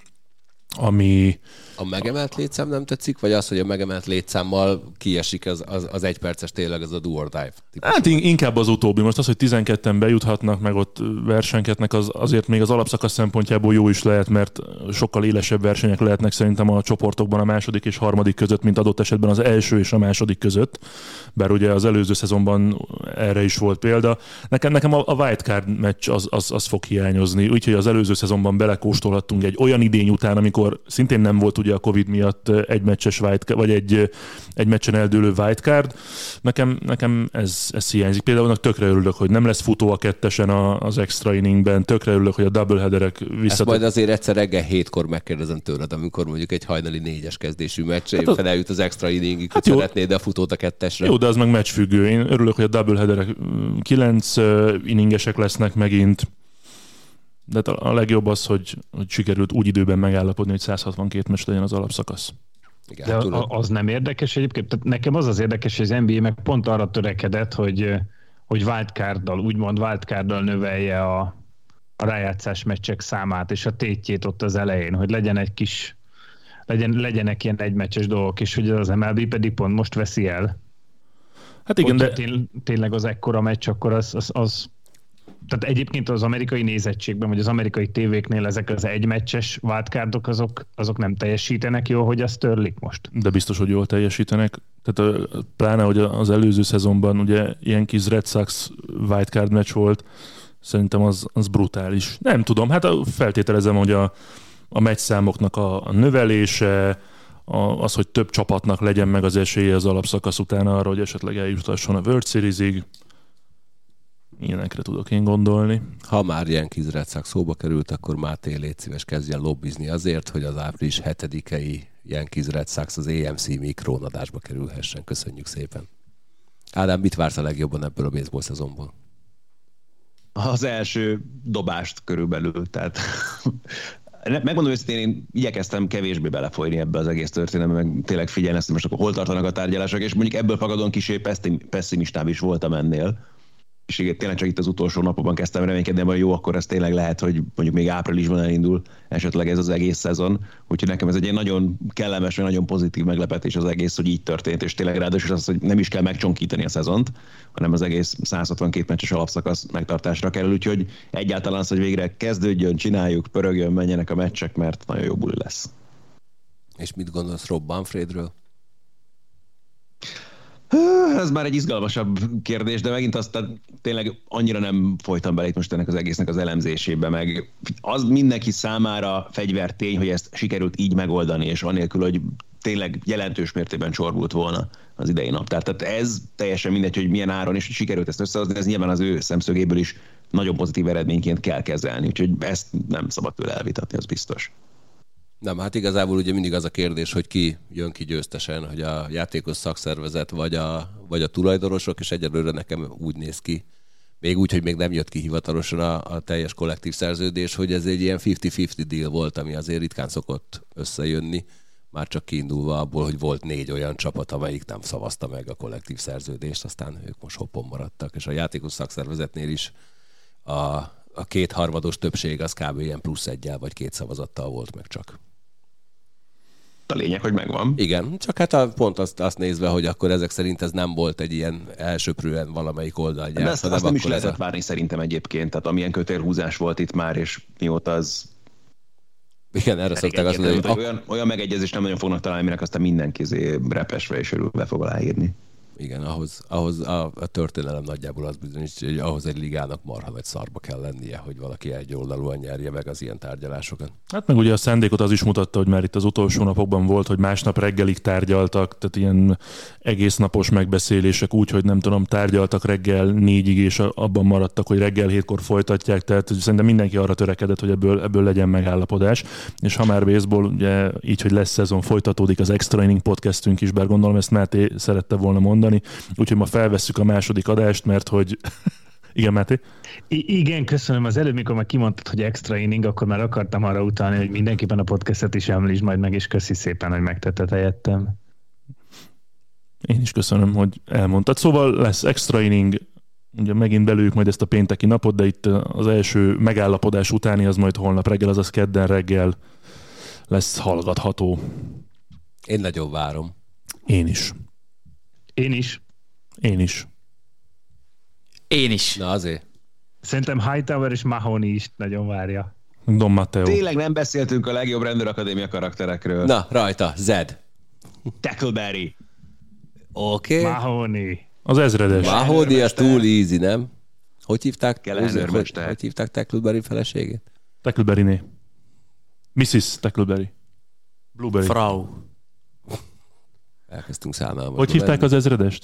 ami... A megemelt létszám nem tetszik, vagy az, hogy a megemelt létszámmal kiesik az, az, az egyperces tényleg az a do or die? Hát inkább az utóbbi. Most az, hogy tizenketten bejuthatnak, meg ott versenykednek, az azért még az alapszakasz szempontjából jó is lehet, mert sokkal élesebb versenyek lehetnek szerintem a csoportokban a második és harmadik között, mint adott esetben az első és a második között. Bár ugye az előző szezonban erre is volt példa. Nekem, nekem a wildcard meccs az, az, az fog hiányozni. Úgyhogy az előző szezonban belekóstolhattunk egy olyan idény után, amikor szintén nem volt ugye a Covid miatt egy meccses wildcard, vagy egy, egy meccsen eldőlő wildcard. Nekem, nekem ez, ez hiányzik. Például tökre örülök, hogy nem lesz futó a kettesen az extra inningben, tökre örülök, hogy a doubleheaderek visszatérnek. Ezt majd azért egyszer reggel hétkor megkérdezem tőled, amikor mondjuk egy hajnali négyes kezdésű meccs, hát éppen eljut az extra inningig, hát hogy szeretnéd a futót a kettesre. Jó, de az meg meccsfüggő. Én örülök, hogy a doubleheaderek kilenc inningesek lesznek megint. De a legjobb az, hogy, hogy sikerült úgy időben megállapodni, hogy száz hatvankét meccs legyen az alapszakasz. Igen, de az nem érdekes egyébként? Tehát nekem az az érdekes, hogy az en bé á meg pont arra törekedett, hogy, hogy wildcarddal, úgymond wildcarddal növelje a, a rájátszás meccsek számát és a tétjét ott az elején, hogy legyen egy kis, legyen, legyenek ilyen egymeccses dolgok, és hogy az em el bé pedig pont most veszi el. Hát igen, de... Tény, tényleg az ekkora meccs, akkor az, az, az tehát egyébként az amerikai nézettségben, vagy az amerikai tévéknél ezek az egymeccses wildcardok, azok, azok nem teljesítenek jól, hogy azt törlik most. De biztos, hogy jól teljesítenek. Tehát pláne, hogy az előző szezonban ugye ilyen kis Red Sox wildcard meccs volt, szerintem az, az brutális. Nem tudom, hát feltételezem, hogy a, a meccszámoknak a, a növelése, a, az, hogy több csapatnak legyen meg az esélye az alapszakasz után arra, hogy esetleg eljutasson a World Series-ig. Ilyenekre tudok én gondolni. Ha már Yankees Red Sox szóba került, akkor Máté, légy szíves, kezdjen lobbizni azért, hogy az április hetedikei Yankees Red Sox az á em cé mikrónadásba kerülhessen. Köszönjük szépen. Ádám, mit vársz a legjobban ebből a baseball szezonból? Az első dobást körülbelül, tehát megmondom őszintén, én igyekeztem kevésbé belefolyni ebbe az egész történetbe, meg tényleg figyelni ezt, most akkor hol tartanak a tárgyalások, és mondjuk ebből fakadóan kicsit pessimistább is voltam ennél. És igen, tényleg csak itt az utolsó napokban kezdtem reménykedni, hogy jó, akkor ez tényleg lehet, hogy mondjuk még áprilisban elindul esetleg ez az egész szezon. Úgyhogy nekem ez egy ilyen nagyon kellemes, vagy nagyon pozitív meglepetés az egész, hogy így történt, és tényleg ráadásul az, hogy nem is kell megcsonkítani a szezont, hanem az egész száz hatvankét meccses alapszakasz megtartásra kerül, úgyhogy egyáltalán az, hogy végre kezdődjön, csináljuk, pörögjön, menjenek a meccsek, mert nagyon jó buli lesz. És mit gondolsz Rob Manfredről? Ez már egy izgalmasabb kérdés, de megint azt tényleg annyira nem folytam bele itt most ennek az egésznek az elemzésébe, meg az mindenki számára fegyvertény, hogy ezt sikerült így megoldani, és anélkül, hogy tényleg jelentős mértékben csorbult volna az idei naptár. Tehát ez teljesen mindegy, hogy milyen áron is sikerült ezt összehozni, ez nyilván az ő szemszögéből is nagyon pozitív eredményként kell kezelni, úgyhogy ezt nem szabad tőle elvitatni, az biztos. Nem, hát igazából ugye mindig az a kérdés, hogy ki jön ki győztesen, hogy a játékos szakszervezet vagy a, vagy a tulajdonosok, és egyelőre nekem úgy néz ki, még úgy, hogy még nem jött ki hivatalosan a, a teljes kollektív szerződés, hogy ez egy ilyen fifty-fifty deal volt, ami azért ritkán szokott összejönni, már csak kiindulva abból, hogy volt négy olyan csapat, amelyik nem szavazta meg a kollektív szerződést, aztán ők most hoppon maradtak, és a játékos szakszervezetnél is a, a kétharmados többség az kb. Ilyen plusz egyel vagy két szavazattal volt meg csak. A lényeg, hogy megvan. Igen, csak hát a, pont azt, azt nézve, hogy akkor ezek szerint ez nem volt egy ilyen elsöprően valamelyik oldalgyár. De ezt, azt nem is lehetett a... várni szerintem egyébként, tehát amilyen kötélhúzás volt itt már, és mióta az... Igen, erre szokták azt mondani, hogy olyan, olyan megegyezést nem nagyon fognak találni, aminek aztán mindenki repesve és örülve fog aláírni. Igen, ahhoz, ahhoz a, a történelem nagyjából az bizonyos, hogy ahhoz egy ligának marha nagy szarba kell lennie, hogy valaki egyoldalúan nyerje meg az ilyen tárgyalásokat. Hát meg ugye a szándékot az is mutatta, hogy már itt az utolsó napokban volt, hogy másnap reggelig tárgyaltak, tehát ilyen egész napos megbeszélések úgy, hogy nem tudom, tárgyaltak reggel négyig, és abban maradtak, hogy reggel hétkor folytatják, tehát szerintem mindenki arra törekedett, hogy ebből, ebből legyen megállapodás. És ha már baseball, ugye így, hogy lesz szezon, folytatódik az Extra Inning podcastünk is, bár gondolom ezt Máté szerette volna mondani. Úgyhogy ma felvesszük a második adást, mert hogy... Igen, Máté? I- igen, köszönöm. Az előbb, mikor már kimondtad, hogy extra inning, akkor már akartam arra utalni, hogy mindenképpen a podcastet is említsd majd meg, és köszi szépen, hogy megtetted helyettem. Én is köszönöm, hogy elmondtad. Szóval lesz extra inning, ugye megint belőjük majd ezt a pénteki napot, de itt az első megállapodás utáni, az majd holnap reggel, azaz kedden reggel lesz hallgatható. Én nagyon várom. Én is. Én is. Én is. Én is. Na azért. Szerintem Hightower és Mahoney is nagyon várja. Don Matteo. Tényleg nem beszéltünk a legjobb rendőrakadémia karakterekről. Na, rajta, Zed. Tackleberry. Oké. Okay. Mahoney. Az ezredes. Mahoney az túl easy, nem? Hogy hívták? Kell hogy, hogy, hogy hogy hívták Tackleberry feleségét? Tackleberry-né. missus Tackleberry. Blueberry. Frau. Elkezdtünk szánalmasba. Hogy hívták az ezredest?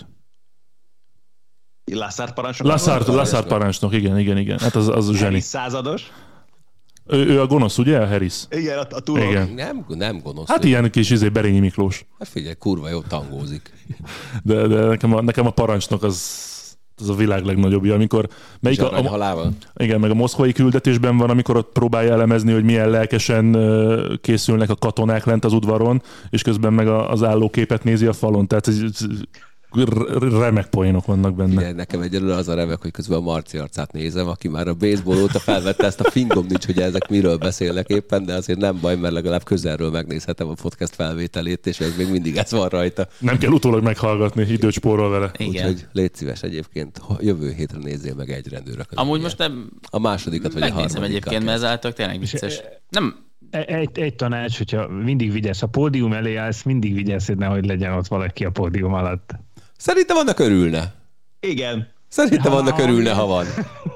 Lassard parancsnok? Lassard, Lassard parancsnok, igen, igen, igen. Hát az, az a zseni. Harris százados? Ő, ő a gonosz, ugye, a Harris? Igen, a, a túlok. Igen. Nem, nem gonosz. Hát ő. ilyen kis izé, Berényi Miklós. Hát figyelj, kurva jó tangózik. De, de nekem, a, nekem a parancsnok az, az a világ legnagyobbja, amikor... Melyik a, a, halálval? igen, meg a moszkvai küldetésben van, amikor ott próbálja elemezni, hogy milyen lelkesen készülnek a katonák lent az udvaron, és közben meg az állóképet nézi a falon. Tehát ez, ez, remek poénok vannak benne. Figyelj, nekem egyelőre az a remek, hogy közben a Marci arcát nézem, aki már a baseball óta felvette ezt a fingom nincs, hogy ezek miről beszélnek éppen, de azért nem baj, mert legalább közelről megnézhetem a podcast felvételét, és ez még mindig ez van rajta. Nem kell utólag meghallgatni, időt spórol vele. Igen. Úgyhogy légy szíves egyébként, jövő hétre nézzél meg egy rendőröket. Amúgy most nem... A másodikat vagy a harmadikat. Megnézem egyébként, mert ezáltal tényleg vicces. Nem... Egy, egy tanács, hogyha mindig vigyázz, a pódium elé állsz, mindig vigyázz, hogy nehogy legyen ott valaki a pódium alatt. Szerintem annak örülne. Igen. Szerintem Ha, annak örülne, ha van.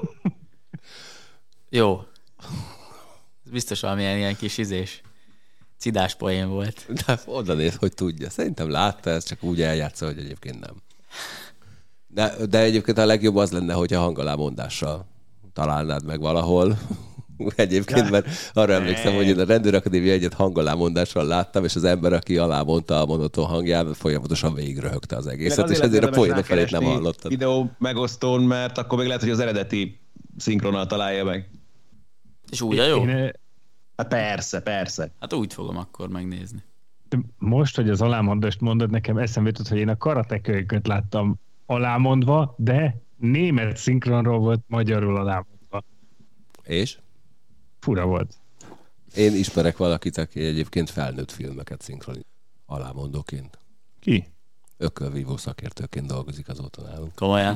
Jó. Ez biztos valamilyen ilyen kis izés. Cidás poén volt. De oda néz, hogy tudja. Szerintem látta, ez csak úgy eljátsza, hogy egyébként nem. De, de egyébként a legjobb az lenne, hogyha hangalámondással találnád meg valahol. Egyébként, mert arra emlékszem, hogy én a Rendőrakadémia egyet hangalámondással láttam, és az ember, aki alámondta a monoton hangját, folyamatosan végigröhögte az egészet, és ezért a poénok felét nem hallottad. Videó megosztón, mert akkor még lehet, hogy az eredeti szinkronnal találja meg. És úgy a jó? Én, Hát persze, persze. Hát úgy fogom akkor megnézni. most, hogy az alámondást mondod, nekem eszembe jutott, hogy én a karatekölyköt láttam alámondva, de német szinkronról volt magyarul alámondva. És? Fura volt. Én ismerek valakit, aki egyébként felnőtt filmeket szinkronít alámondóként. Ki? Ökölvívó szakértőként dolgozik azóta nálunk. Komolyan?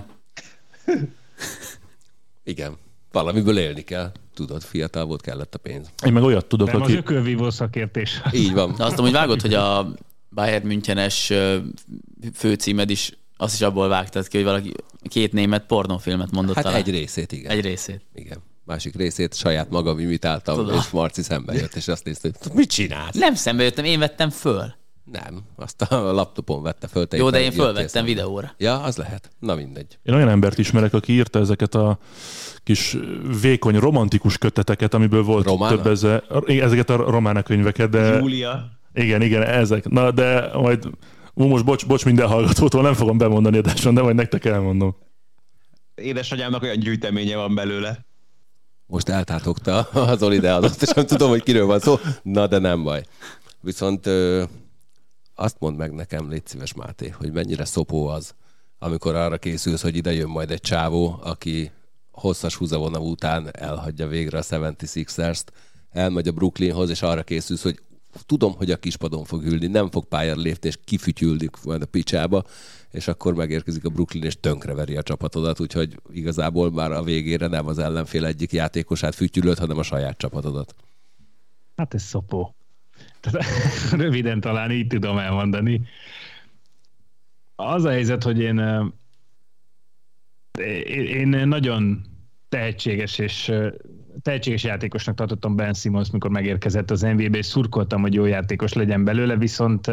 Igen. Valamiből élni kell. Tudod, fiatal volt, kellett a pénz. Én meg olyat tudok, Nem aki... az ökölvívó szakértés. Így van. De azt amúgy vágod, hogy a Bayern Münchenes főcímed is Azt is abból vágtad ki, hogy valaki két német pornófilmet mondott Hát talán. egy részét, igen. Egy részét. Igen. Másik részét saját magam imitáltam, Tudom. és Marci szembe jött, és azt nézte, hogy mit csinálsz? Nem szembe jöttem, én vettem föl. Nem, azt a laptopon vette föl. Jó, de én jöttél fölvettem szembe. videóra. Ja, az lehet. Na mindegy. Én olyan embert ismerek, aki írta ezeket a kis vékony, romantikus köteteket, amiből volt Romána? több ezer, ezeket a romána könyveket, de... Júlia. Igen, igen, ezek. Na, de majd... Ú, most bocs, bocs minden hallgatótól, nem fogom bemondani adáson, de majd nektek elmondom. Édesanyámnak olyan gyűjteménye van belőle. Most eltátogta az Oli Deadot, és nem tudom, hogy kiről van szó. Na, de nem baj. Viszont ö, azt mondd meg nekem, légy szíves Máté, hogy mennyire szopó az, amikor arra készülsz, hogy ide jön majd egy csávó, aki hosszas húzavona után elhagyja végre a hetvenhatos-ert, elmegy a Brooklynhoz, és arra készülsz, hogy tudom, hogy a kispadon fog ülni, nem fog pályára lépni, és kifütyüldik majd a picsába, és akkor megérkezik a Brooklyn, és tönkreveri a csapatodat, úgyhogy igazából már a végére nem az ellenfél egyik játékosát fütyülöd, hanem a saját csapatodat. Hát ez szopó. Tehát, röviden talán így tudom elmondani. Az a helyzet, hogy én, én nagyon tehetséges és tehetséges játékosnak tartottam Ben Simmons, mikor megérkezett az en bé á-be, és szurkoltam, hogy jó játékos legyen belőle, viszont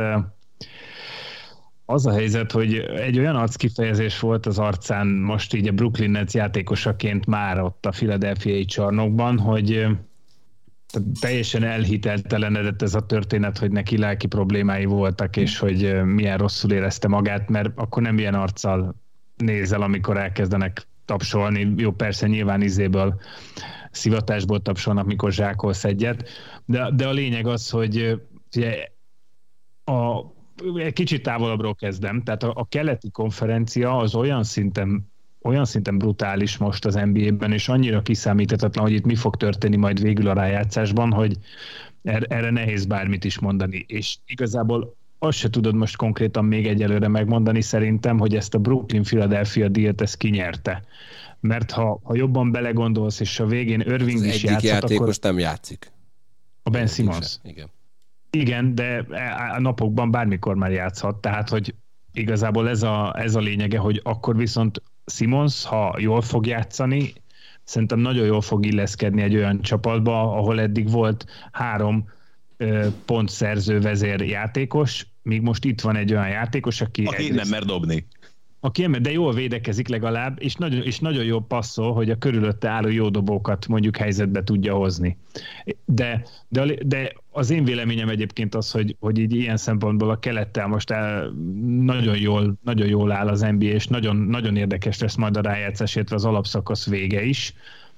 az a helyzet, hogy egy olyan arckifejezés volt az arcán most így a Brooklyn Nets játékosaként már ott a Philadelphiai csarnokban, hogy teljesen elhiteltelenedett ez a történet, hogy neki lelki problémái voltak, és hogy milyen rosszul érezte magát, mert akkor nem ilyen arccal nézel, amikor elkezdenek tapsolni. Jó, persze nyilván izéből, szivatásból tapsolnak, mikor zsákolsz egyet, de, de a lényeg az, hogy ugye, a, egy kicsit távolabbról kezdem, tehát a, a keleti konferencia az olyan szinten olyan szinten brutális most az en bé á-ben, és annyira kiszámíthatatlan, hogy itt mi fog történni majd végül a rájátszásban, hogy erre nehéz bármit is mondani. És igazából azt se tudod most konkrétan még egyelőre megmondani szerintem, hogy ezt a Brooklyn-Philadelphia díjat ezt kinyerte. Mert ha, ha jobban belegondolsz, és a végén Irving Az is egyik játszott, játékos akkor... nem játszik. A Ben Simmons. Igen. Igen, de a napokban bármikor már játszhat, tehát hogy igazából ez a, ez a lényege, hogy akkor viszont Simmons, ha jól fog játszani, szerintem nagyon jól fog illeszkedni egy olyan csapatba, ahol eddig volt három ö, pontszerző vezér játékos, míg most itt van egy olyan játékos, aki... Aki nem mer dobni. Aki nem, de jól védekezik legalább, és nagyon, és nagyon jól passzol, hogy a körülötte álló jó dobókat mondjuk helyzetbe tudja hozni. De, de, de az én véleményem egyébként az, hogy, hogy így ilyen szempontból a kelettel most el, nagyon, jól, nagyon jól áll az en bé á, és nagyon, nagyon érdekes lesz majd a rájátszás, illetve az alapszakasz vége is.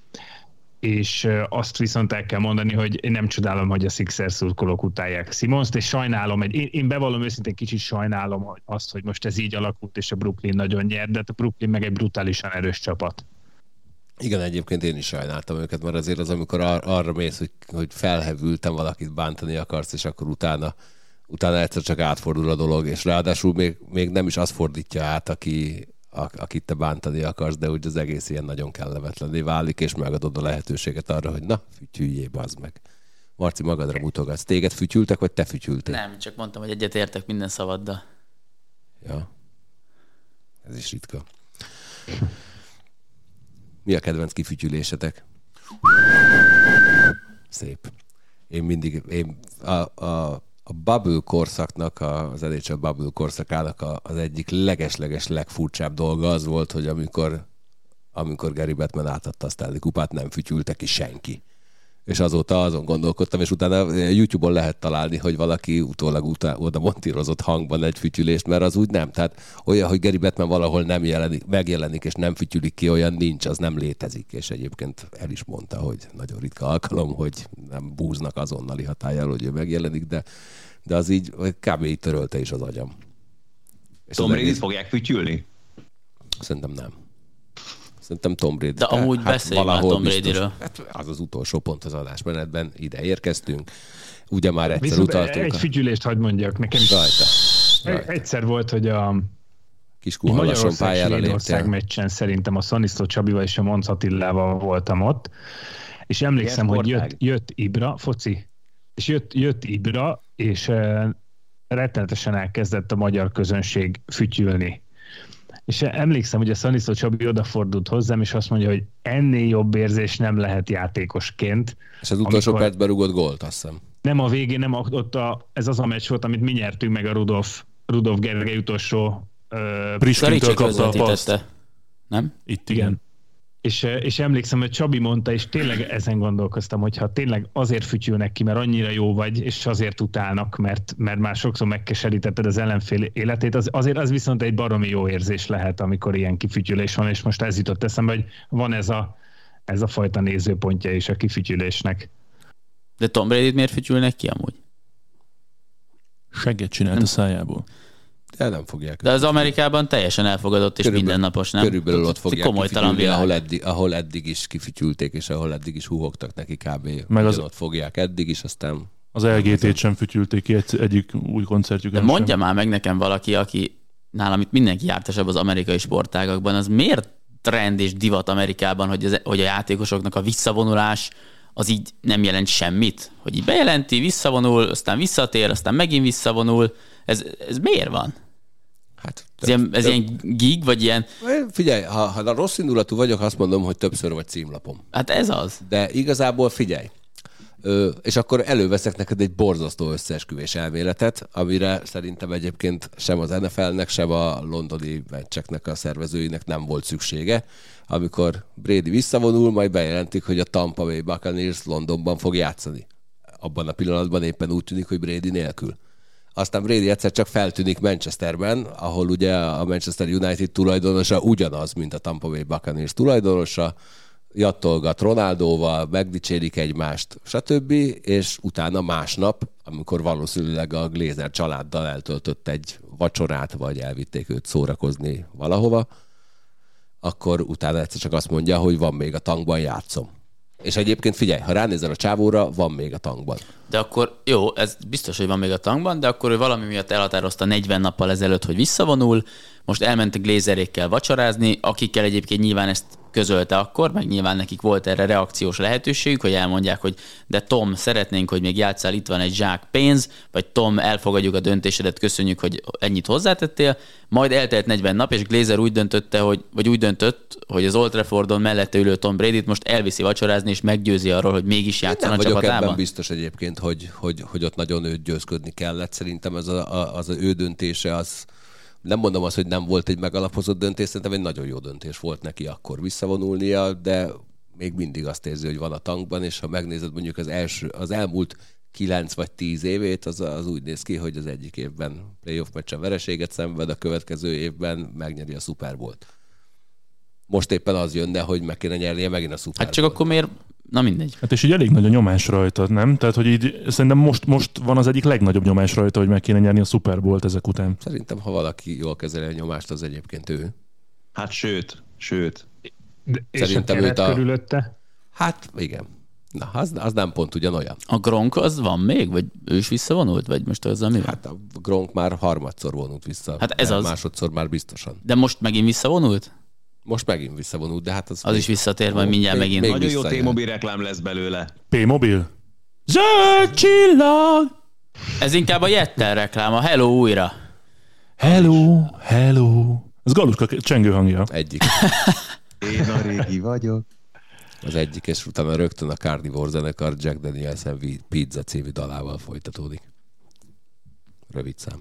És azt viszont el kell mondani, hogy én nem csodálom, hogy a Sixers szurkolók utálják Simmons-t, és sajnálom, egy, én, én bevallom őszintén kicsit sajnálom azt, hogy most ez így alakult, és a Brooklyn nagyon nyer, de a Brooklyn meg egy brutálisan erős csapat. Igen, egyébként én is sajnáltam őket, mert azért az, amikor ar- arra mész, hogy, hogy felhevültem, valakit bántani akarsz, és akkor utána, utána egyszer csak átfordul a dolog, és ráadásul még, még nem is az fordítja át, aki akit te bántani akarsz, de úgy az egész ilyen nagyon kellemetlenné válik, és megadod a lehetőséget arra, hogy na, fütyüljé, bazd meg. Marci, magadra mutogatsz. Téged fütyültek, vagy te fütyültél? Nem, csak mondtam, hogy egyet értek minden szavaddal. Ja. Ez is ritka. Mi a kedvenc kifütyülésetek? Szép. Én mindig, én a, a A bubble korszaknak, az en há el bubble korszakának az egyik leges-leges legfurcsább dolga az volt, hogy amikor, amikor Gary Bettman átadta a Stanley kupát, nem fütyülte ki senki. És azóta azon gondolkodtam, és utána YouTube-on lehet találni, hogy valaki utólag utá, oda montírozott hangban egy fütyülést, mert az úgy nem. Tehát olyan, hogy Gary Bettman valahol nem jelenik, megjelenik, és nem fütyülik ki, olyan nincs, az nem létezik. És egyébként el is mondta, hogy nagyon ritka alkalom, hogy nem búznak azonnali hatállyal, hogy ő megjelenik, de, de az így kb. Így törölte is az agyam. És Tom Brady-t egész... fogják fütyülni? Szerintem nem. Szerintem Tom Brady. De amúgy hát beszéljünk már Tom Bradyről. Hát az az utolsó pont az adásmenetben, ide érkeztünk. Ugye már egyszer Viszont utaltunk. Egy a... fütyülést hadd mondjak nekem is. Rajta. Rajta. Egyszer volt, hogy a Kiskunhallason pályára léptél. meccsen szerintem a Szaniszló Csabival és a Monc Attilával voltam ott, és emlékszem, hogy jött, jött Ibra, foci, és jött, jött Ibra, és uh, rettenetesen elkezdett a magyar közönség fütyülni. És emlékszem, hogy a Szaniszló Csabi odafordult hozzám, és azt mondja, hogy ennél jobb érzés nem lehet játékosként. És az utolsó amikor... percben rugott gólt, azt hiszem. Nem a végén, nem ott a, ez az a meccs volt, amit mi nyertünk meg a Rudolf, Rudolf Gergely utolsó... Uh, Priskintől kapta a paszt. Nem? Itt igen. igen. És, és emlékszem, hogy Csabi mondta, és tényleg ezen gondolkoztam, hogy ha tényleg azért fütyülnek ki, mert annyira jó vagy, és azért utálnak, mert, mert már sokszor megkeserítetted az ellenfél életét, az, azért az viszont egy baromi jó érzés lehet, amikor ilyen kifütyülés van, és most ez jutott eszembe, hogy van ez a, ez a fajta nézőpontja is a kifütyülésnek. De Tom Brady-t miért fütyülnek ki amúgy? Segget csinált a szájából. De nem fogják. De az Amerikában teljesen elfogadott és körülbelül, mindennapos, nem? Körülbelül ott fogják kifütyülni, ahol eddig, ahol eddig is kifütyülték, és ahol eddig is húhogtak neki kb. Meg az... ott fogják eddig is, aztán... Az el gé té-t sem fütyülték ki egy, egyik új koncertjükön. De mondja sem. már meg nekem valaki, aki nálam itt mindenki jártasabb az amerikai sportágakban, az miért trend és divat Amerikában, hogy, az, hogy a játékosoknak a visszavonulás az így nem jelent semmit? Hogy így bejelenti, visszavonul, aztán visszatér, aztán megint visszavonul. Ez, ez miért van? Hát, ez ilyen, ez ilyen gig, vagy ilyen... Figyelj, ha, ha rossz indulatú vagyok, azt mondom, hogy többször vagy címlapom. Hát ez az. De igazából figyelj, ö, és akkor előveszek neked egy borzasztó összeesküvés elméletet, amire szerintem egyébként sem az en ef el-nek, sem a londoni meccseknek a szervezőinek nem volt szüksége, amikor Brady visszavonul, majd bejelentik, hogy a Tampa Bay Buccaneers Londonban fog játszani. Abban a pillanatban éppen úgy tűnik, hogy Brady nélkül. Aztán Brady egyszer csak feltűnik Manchesterben, ahol ugye a Manchester United tulajdonosa ugyanaz, mint a Tampa Bay Buccaneers tulajdonosa, jattolgat Ronaldóval, megdicsérik egymást, stb. És utána másnap, amikor valószínűleg a Glazer családdal eltöltött egy vacsorát, vagy elvitték őt szórakozni valahova, akkor utána egyszer csak azt mondja, hogy van még a tankban, játszom. És egyébként figyelj, ha ránézel a csávóra, van még a tankban. De akkor, jó, ez biztos, hogy van még a tankban, de akkor ő valami miatt elhatározta negyven nappal ezelőtt, hogy visszavonul, most elment a Glazerékkel vacsorázni, akikkel egyébként nyilván ezt közölte akkor, meg nyilván nekik volt erre reakciós lehetőségük, hogy elmondják, hogy de Tom, szeretnénk, hogy még játsszál, itt van egy zsák pénz, vagy Tom, elfogadjuk a döntésedet, köszönjük, hogy ennyit hozzátettél, majd eltelt negyven nap, és Glazer úgy döntötte, hogy, vagy úgy döntött, hogy az Old Traffordon mellette ülő Tom Bradyt most elviszi vacsorázni, és meggyőzi arról, hogy mégis játszon a csapatában. Nem vagyok ebben biztos egyébként, hogy, hogy, hogy ott nagyon őt győzködni kellett. Szerintem ez a, a, az a ő döntése, az nem mondom azt, hogy nem volt egy megalapozott döntés, szerintem egy nagyon jó döntés volt neki akkor visszavonulnia, de még mindig azt érzi, hogy van a tankban, és ha megnézed mondjuk az, első, az elmúlt kilenc vagy tíz évét, az, az úgy néz ki, hogy az egyik évben playoff meccsen vereséget szenved, a következő évben megnyeri a Super Bowl-t. Most éppen az jönne, hogy meg kéne nyernie megint a Super Bowl-t. Hát csak akkor miért... Na mindegy. Hát és így elég nagy a nyomás rajta, nem? Tehát, hogy így szerintem most, most van az egyik legnagyobb nyomás rajta, hogy meg kéne nyerni a Super Bowl-t ezek után. Szerintem, ha valaki jól kezeli a nyomást, az egyébként ő. Hát sőt, sőt. De szerintem és a keret körülötte? Hát igen. Na, az, az nem pont ugyanolyan. A Gronk az van még? Vagy ő is visszavonult? Vagy most az mi van? Hát a Gronk már harmadszor vonult vissza. Hát ez az. Másodszor már biztosan. De most megint visszavonult? Most megint visszavonult, de hát az... Az még... is visszatér, majd mindjárt még, megint. Még nagyon jó T-Mobile reklám lesz belőle. P-Mobil? Zöld csillag! Ez inkább a Jettel reklám, a Hello újra. Hello, hello. Ez Galuska csengő hangja. Egyik. Én a régi vagyok. Az egyik, és utána rögtön a Carnivore zenekar Jack Danielson Pizza című dalával folytatódik. Rövid szám.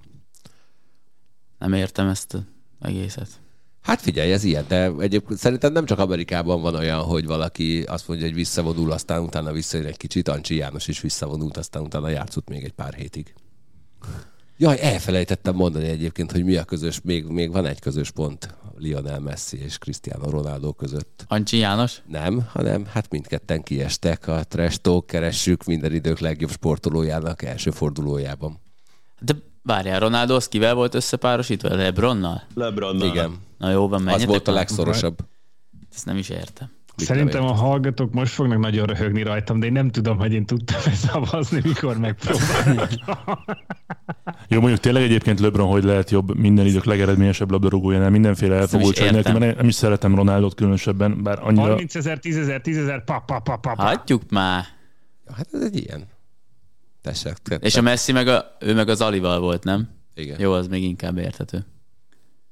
Nem értem ezt az egészet. Hát figyelj, ez ilyen, de egyébként szerintem nem csak Amerikában van olyan, hogy valaki azt mondja, hogy visszavonul, aztán utána visszajön egy kicsit. Ancsi János is visszavonult, aztán utána játszott még egy pár hétig. Jaj, elfelejtettem mondani egyébként, hogy mi a közös, még, még van egy közös pont Lionel Messi és Cristiano Ronaldo között. Ancsi János? Nem, hanem hát mindketten kiestek a Trash Talk, keressük minden idők legjobb sportolójának első fordulójában. De várjál, Ronaldo az kivel volt összepárosítva? Lebronnal? Lebronnal. Igen. Na jó, van, menjetek. Az volt a legszorosabb. Ezt nem is értem. Mit Szerintem a hallgatók most fognak nagyon röhögni rajtam, de én nem tudom, hogy én tudtam szavazni, mikor megpróbálom. Jó, mondjuk tényleg egyébként LeBron, hogy lehet jobb, minden idők legeredményesebb labdarúgójánál, mindenféle elfogultság nélkül, mert nem is szeretem Ronaldot különösebben, bár annyira... harmincezer, tízezer, tízezer, pa, pa, pa, pa. Hagyjuk már. Ja, hát ez egy ilyen. Tessék. És a Messi meg, a, ő meg az Alival volt, nem? Igen. Jó, az még inkább érthető.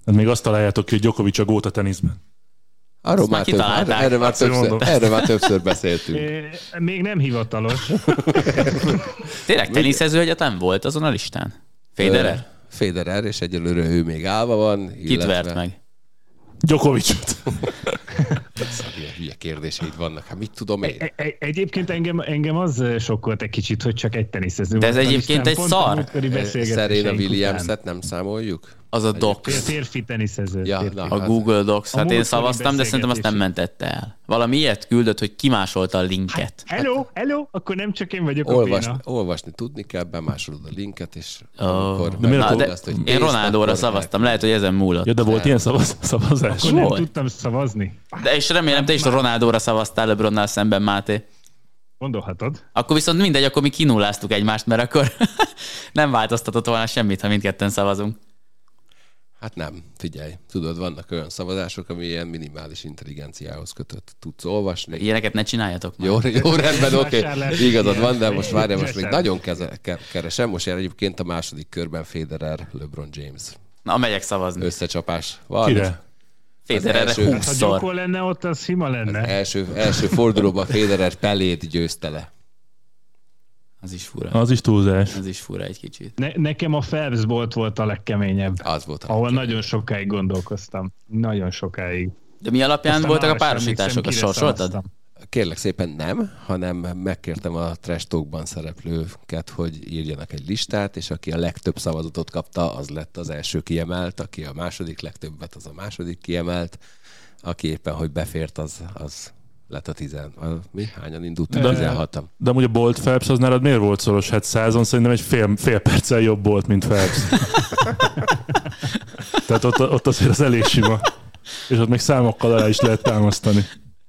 Hát még azt találjátok ki, hogy Djokovic a gót a teniszben. Arról már több, erről, már többször, erről már többször beszéltünk. Még nem hivatalos. Tényleg teniszező egyetlen volt azon a listán? Federer? Federer, és egyelőre ő még állva van. Kit illetve... vert meg? Djokovicot. Ilyen hülye kérdéseid vannak. Hát mit tudom én? E- e- egyébként engem, engem az sokkolt egy kicsit, hogy csak egy teniszező. De ez egyébként egy szar. Serena Williams-et nem számoljuk? Az a Docs. Férfi teniszező. Ja, férfi. na, a Google Docs. Hát én szavaztam, de szerintem azt nem beszélgetés. mentette el. Valami ilyet küldött, hogy kimásolta a linket. Hello, hello, akkor nem csak én vagyok Olvasni, a béna. olvasni tudni kell, bemásolod a linket, és Oh. akkor De miért Na, de azt, hogy én nézd, Ronaldóra akkor szavaztam, lehet, hogy ezen múlott. Ja, de volt ilyen szavaz, szavazás? Akkor nem Volt. tudtam szavazni. De és remélem, te is a Ronaldóra szavaztál LeBronnal szemben, Máté. Gondolhatod. Akkor viszont mindegy, akkor mi kinulláztuk egymást, mert akkor nem változtatott volna semmit, ha mindketten szavazunk. Hát nem, figyelj, tudod, vannak olyan szavazások, ami ilyen minimális intelligenciához kötött. Tudsz olvasni. Ilyeneket ne csináljatok már. Jó, jó rendben, oké, Vásárlás. okay. Igazad van, de Igen. most várjál, most még Vásárlás. nagyon keze, ke, keresem. Most jár egyébként a második körben Federer, LeBron James. Na, megyek szavazni. Összecsapás. Van. Kire? Federerre első- Ha húszszor. Gyokó lenne ott, az sima lenne. Első, első fordulóban Federer Pelét győzte le. Az is fura. Az is túlzás. Az is fura egy kicsit. Ne, nekem a Phelps Bolt volt a legkeményebb, Az volt. ahol nagyon sokáig gondolkoztam. Nagyon sokáig. De mi alapján Aztán voltak a arra sem párosítások? A emlékszem, kire sorsoltad? szavaztam. Kérlek szépen nem, hanem megkértem a Trash Talkban szereplőket, hogy írjanak egy listát, és aki a legtöbb szavazatot kapta, az lett az első kiemelt, aki a második legtöbbet, az a második kiemelt, aki éppen, hogy befért, az, az lett a tizen... A, mi? Hányan indultunk? De- tizenhatan. De amúgy a Bolt Phelps az nálad miért volt szoros? Hát százon szerintem egy fél, fél perccel jobb volt, mint Phelps. Tehát ott, ott azért az elég sima. És ott még számokkal alá is lehet támasztani.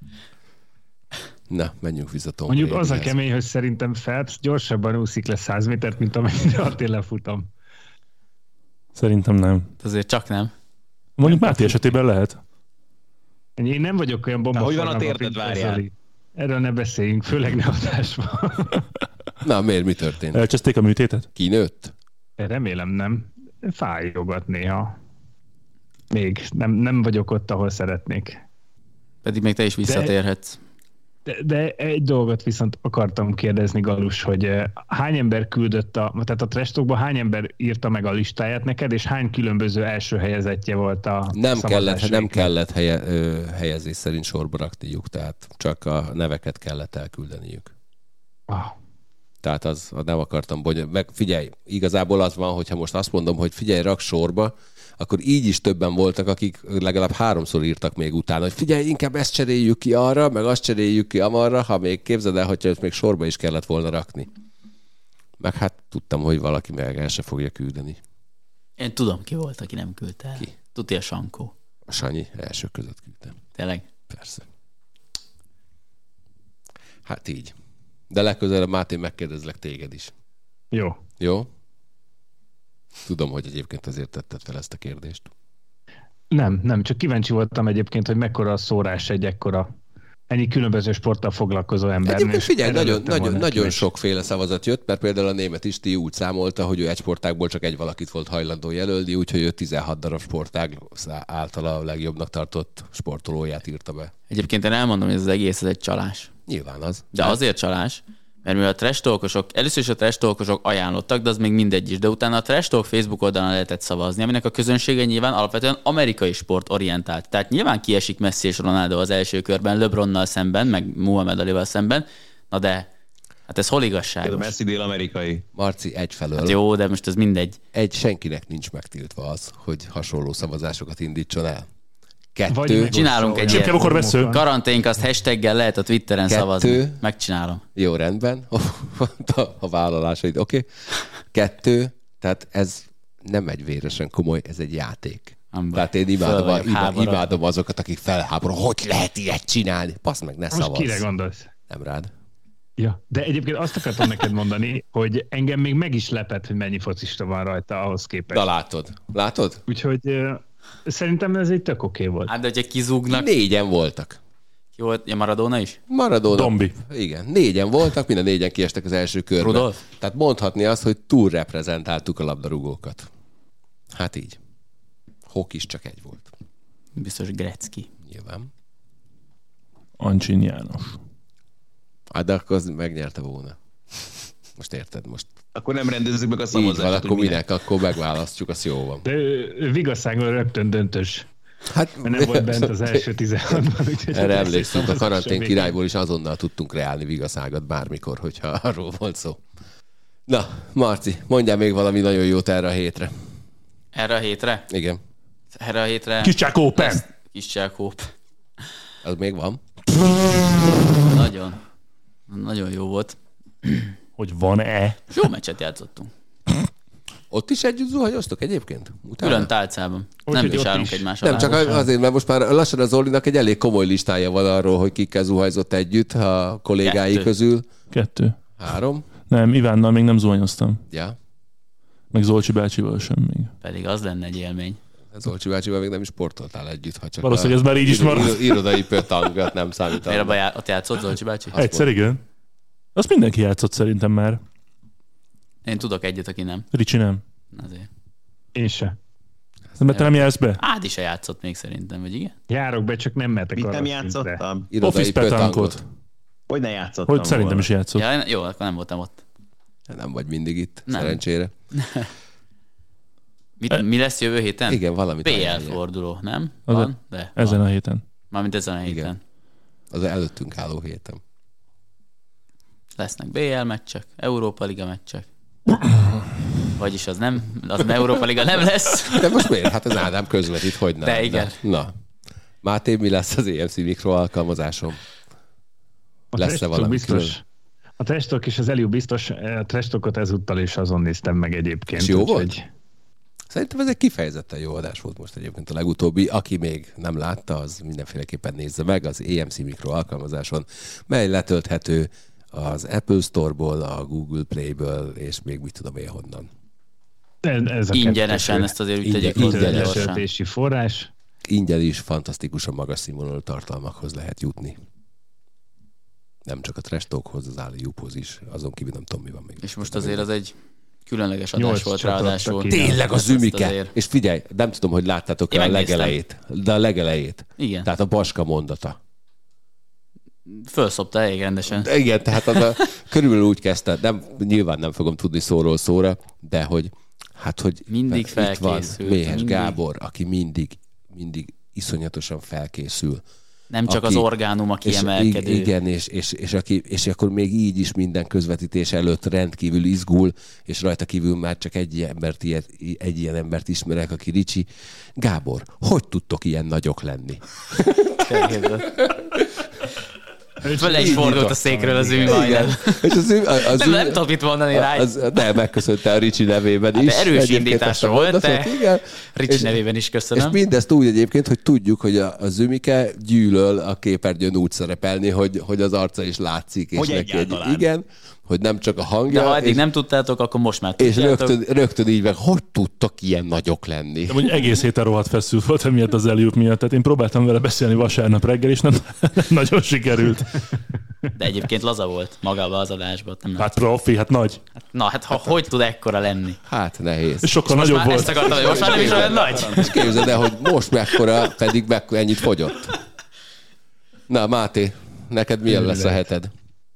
Na, menjünk vissza Tom Mondjuk az a Bradyhez. kemény, hogy szerintem Phelps gyorsabban úszik le száz métert, mint amennyire Attila futam. Szerintem nem. Azért csak nem. Mondjuk Máté esetében lehet. Én nem vagyok olyan bomba. Na, hogy van a forgalma, térded, mint várjál? Zoli. Erről ne beszéljünk, főleg ne adásban. Na, miért? Mi történt? Elcseszték a műtétet? Kinőtt? Remélem nem. Fájogat néha. Még nem, nem vagyok ott, ahol szeretnék. Pedig még te is visszatérhetsz. De, de egy dolgot viszont akartam kérdezni, Galus, hogy eh, hány ember küldött a, tehát a Trash Talkban hány ember írta meg a listáját neked, és hány különböző első helyezettje volt a Nem szavazás kellett, nem végén? kellett helye, ö, helyezés szerint sorba rakniuk, tehát csak a neveket kellett elküldeniük. Ah, Tehát az, az nem akartam bonyolítani. Meg figyelj, igazából az van, hogyha most azt mondom, hogy figyelj, rak sorba, akkor így is többen voltak, akik legalább háromszor írtak még utána, hogy figyelj, inkább ezt cseréljük ki arra, meg azt cseréljük ki amarra, ha még képzeld el, hogyha ezt még sorba is kellett volna rakni. Meg hát tudtam, hogy valaki meg el se fogja küldeni. Én tudom, ki volt, aki nem küldte el. Ki? Tudja, Sankó. A Sanyi első között küldtem. Tényleg? Persze. Hát így. De legközelebb, Máté, megkérdezlek téged is. jó. Jó? Tudom, hogy egyébként azért tetted fel ezt a kérdést. Nem, nem, csak kíváncsi voltam egyébként, hogy mekkora a szórás egy ekkora ennyi különböző sporttal foglalkozó ember. Egyébként figyelj, nagyon, nagyon, nagyon sokféle szavazat jött, mert például a német Isti úgy számolta, hogy ő egy sportágból csak egy valakit volt hajlandó jelölni, úgyhogy ő tizenhat darab sportág által a legjobbnak tartott sportolóját írta be. Egyébként én elmondom, hogy ez az egész ez egy csalás. Nyilván az. De azért csalás, mert mivel a trash talkosok, először is a trash talkosok ajánlottak, de az még mindegy is, de utána a trash talk Facebook oldalon lehetett szavazni, aminek a közönsége nyilván alapvetően amerikai sport orientált. Tehát nyilván kiesik Messi és Ronaldo az első körben, LeBronnal szemben, meg Muhammad Alival szemben, na de hát ez hol Ez a igazságos? Messi dél-amerikai. Marci, egyfelől. Hát jó, de most ez mindegy. Egy, senkinek nincs megtiltva az, hogy hasonló szavazásokat indítson el. Kettő, Vagy meg- Csinálunk egy Csak ilyet. akkor vesző. Karanténk, megtaggel lehet a Twitteren Kettő. szavazni. Megcsinálom. jó, rendben, a vállalásaid, oké. Okay. Kettő, tehát ez nem egy véresen komoly, ez egy játék. Nem baj. Tehát én imádom, Föl a, vagyok imádom, háborodva. imádom azokat, akik felháborul, hogy lehet ilyet csinálni. Passz meg, ne Most szavazz. kire gondolsz? Nem rád. Ja, de egyébként azt akartam neked mondani, hogy engem még meg is lepett, hogy mennyi focista van rajta ahhoz képest. Na látod, látod? Úgyhogy uh, szerintem ez egy tök oké volt. Hát de hogyha kizúgnak, Négyen voltak. ki volt, ja Maradona is? Maradona. Dombi. Igen, négyen voltak, mind a négyen kiestek az első körben. Rudolf? Tehát mondhatni azt, hogy túl reprezentáltuk a labdarúgókat. Hát így. Hok is csak egy volt. Biztos Gretzky. Nyilván. Ancsin János. Hát de akkor az megnyerte volna. Most érted, most. Akkor nem rendezzük meg a Így szavazást. van, akkor minek, akkor megválasztjuk, az jó van. De Vigaszágon rögtön döntős. Hát, Mert nem volt bent az első tizenhatban. Erre emlékszünk, a karantén királyból is azonnal tudtunk reálni Vigaszágot bármikor, hogyha arról volt szó. Na, Marci, mondjál még valami nagyon jót erre a hétre. Erre a hétre? Igen. Erre a hétre... Kiscsák Open! Kiscsák Open. Az még van. Nagyon. Nagyon jó volt. Hogy van-e? Jó meccset játszottunk. Ott is együtt zuhanyoztok egyébként? Utána? Külön tálcában. Úgy, Nem hogy ott visálunk is. egymás Nem, alá. csak azért, mert most már lassan az Zolinak egy elég komoly listája van arról, hogy kikkel zuhanyzott együtt a kollégái Kettő. közül. Kettő. Három? Nem, Ivánnal még nem zuhanyoztam. Ja. Meg Zolcsi bácsival sem még. Pedig az lenne egy élmény. Zolcsi bácsival még nem is sportoltál együtt, ha csak Valószínűleg ez már így is iro- marad. iro- irodai pötangat nem számít. Miért abban já- ott játszott Zolcsi bácsi? Egyszer igen. Azt mindenki játszott szerintem már. Én tudok egyet, aki nem. Ricsi nem. Azért. Én se. Mert te nem jársz be? Ádi se játszott még szerintem, vagy igen? Járok be, csak nem mehetek Mit arra nem a szintre. játszottam? Irodai Office petankot. Hogy ne játszottam Hogy szerintem is játszott. Ja, én- jó, akkor nem voltam ott. Nem vagy mindig itt, Nem. szerencsére. Mit, mi lesz jövő héten? Igen, valamit bé el ajánlja. forduló, nem? Az Van? a- De. Ezen van. a héten. Mármint ezen a héten. Igen. Az előttünk álló héten. Lesznek bé el meccsek, Európa Liga meccsek. Vagyis az nem, az nem Európa Liga nem lesz. De most miért? Hát az Ádám közvetít, hogy nem. De igen. Na. Máté, mi lesz az é em cé mikro alkalmazásom? A Lesz-e Trash Talk valami biztos, külön? A Trash Talk és az Eliu biztos, a Trash Talkot ezúttal is azon néztem meg egyébként. És jó úgyhogy- Szerintem ez egy kifejezetten jó adás volt most egyébként a legutóbbi. Aki még nem látta, az mindenféleképpen nézze meg az é em cé mikro alkalmazáson, mely letölthető az Apple Store-ból, a Google Play-ből, és még mit tudom én honnan. Ez, ez a Ingyenesen, kettő ezt azért úgy Ingyen- tegyük hozzá ingyenes gyorsan. töltési forrás. Ingyen is fantasztikusan magas színvonalú tartalmakhoz lehet jutni. Nem csak a Trash Talkhoz, az Alley-oophoz is, azon kívül nem tudom, mi van még. És most azért az egy különleges adás Nyolc volt csatorna ráadásul. ki. Tényleg a Ezt zümike. azért- És figyelj, nem tudom, hogy láttátok Én a megnéztem. legelejét, de a legelejét. Igen. Tehát a Baska mondata. Fölszopta elég rendesen. De igen, tehát az a, körülbelül úgy kezdte, nem, nyilván nem fogom tudni szóról szóra, de hogy hát, hogy Mindig itt van felkészült, Méhes mindig. Gábor, aki mindig, mindig iszonyatosan felkészül. Nem csak aki- az orgánum a És kiemelkedő. ig- igen, és, és, és, aki, és akkor még így is minden közvetítés előtt rendkívül izgul, és rajta kívül már csak egy embert, ilyet, egy ilyen embert ismerek, aki Ricsi. Gábor, hogy tudtok ilyen nagyok lenni? Föl is fordult a székről az űr majdnem. És az, az, az, Nem, nem tudok mit mondani rá. az, de megköszönte a Ricsi nevében Hát is. erős Egyébként indításra ezt a volt, mondatot, de igen. Ricsi És- nevében is És köszönöm. mindezt úgy egyébként, hogy tudjuk, hogy a, a Zümike gyűlöl a képernyőn úgy szerepelni, hogy, hogy az arca is látszik. És Hogy neki egy, egyáltalán. igen, hogy nem csak a hangja. De ha eddig és, nem tudtátok, akkor most már és tudjátok. rögtön, rögtön így meg, hogy tudtak ilyen nagyok lenni? De mondjuk egész héten rohadt feszült volt emiatt az Eliup miatt. Tehát én próbáltam vele beszélni vasárnap reggel, és nem, nem nagyon sikerült. De egyébként laza volt magában az adásban. Nem Hát profi, hát nagy. Na, hát ha, hogy tud ekkora lenni? Hát nehéz. És sokkal Most nagyobb már volt. ezt akartam, hogy most már nem is olyan nagy. És képzeld el, hogy most mekkora, pedig mekkora, ennyit fogyott. Na, Máté, neked milyen lesz a heted?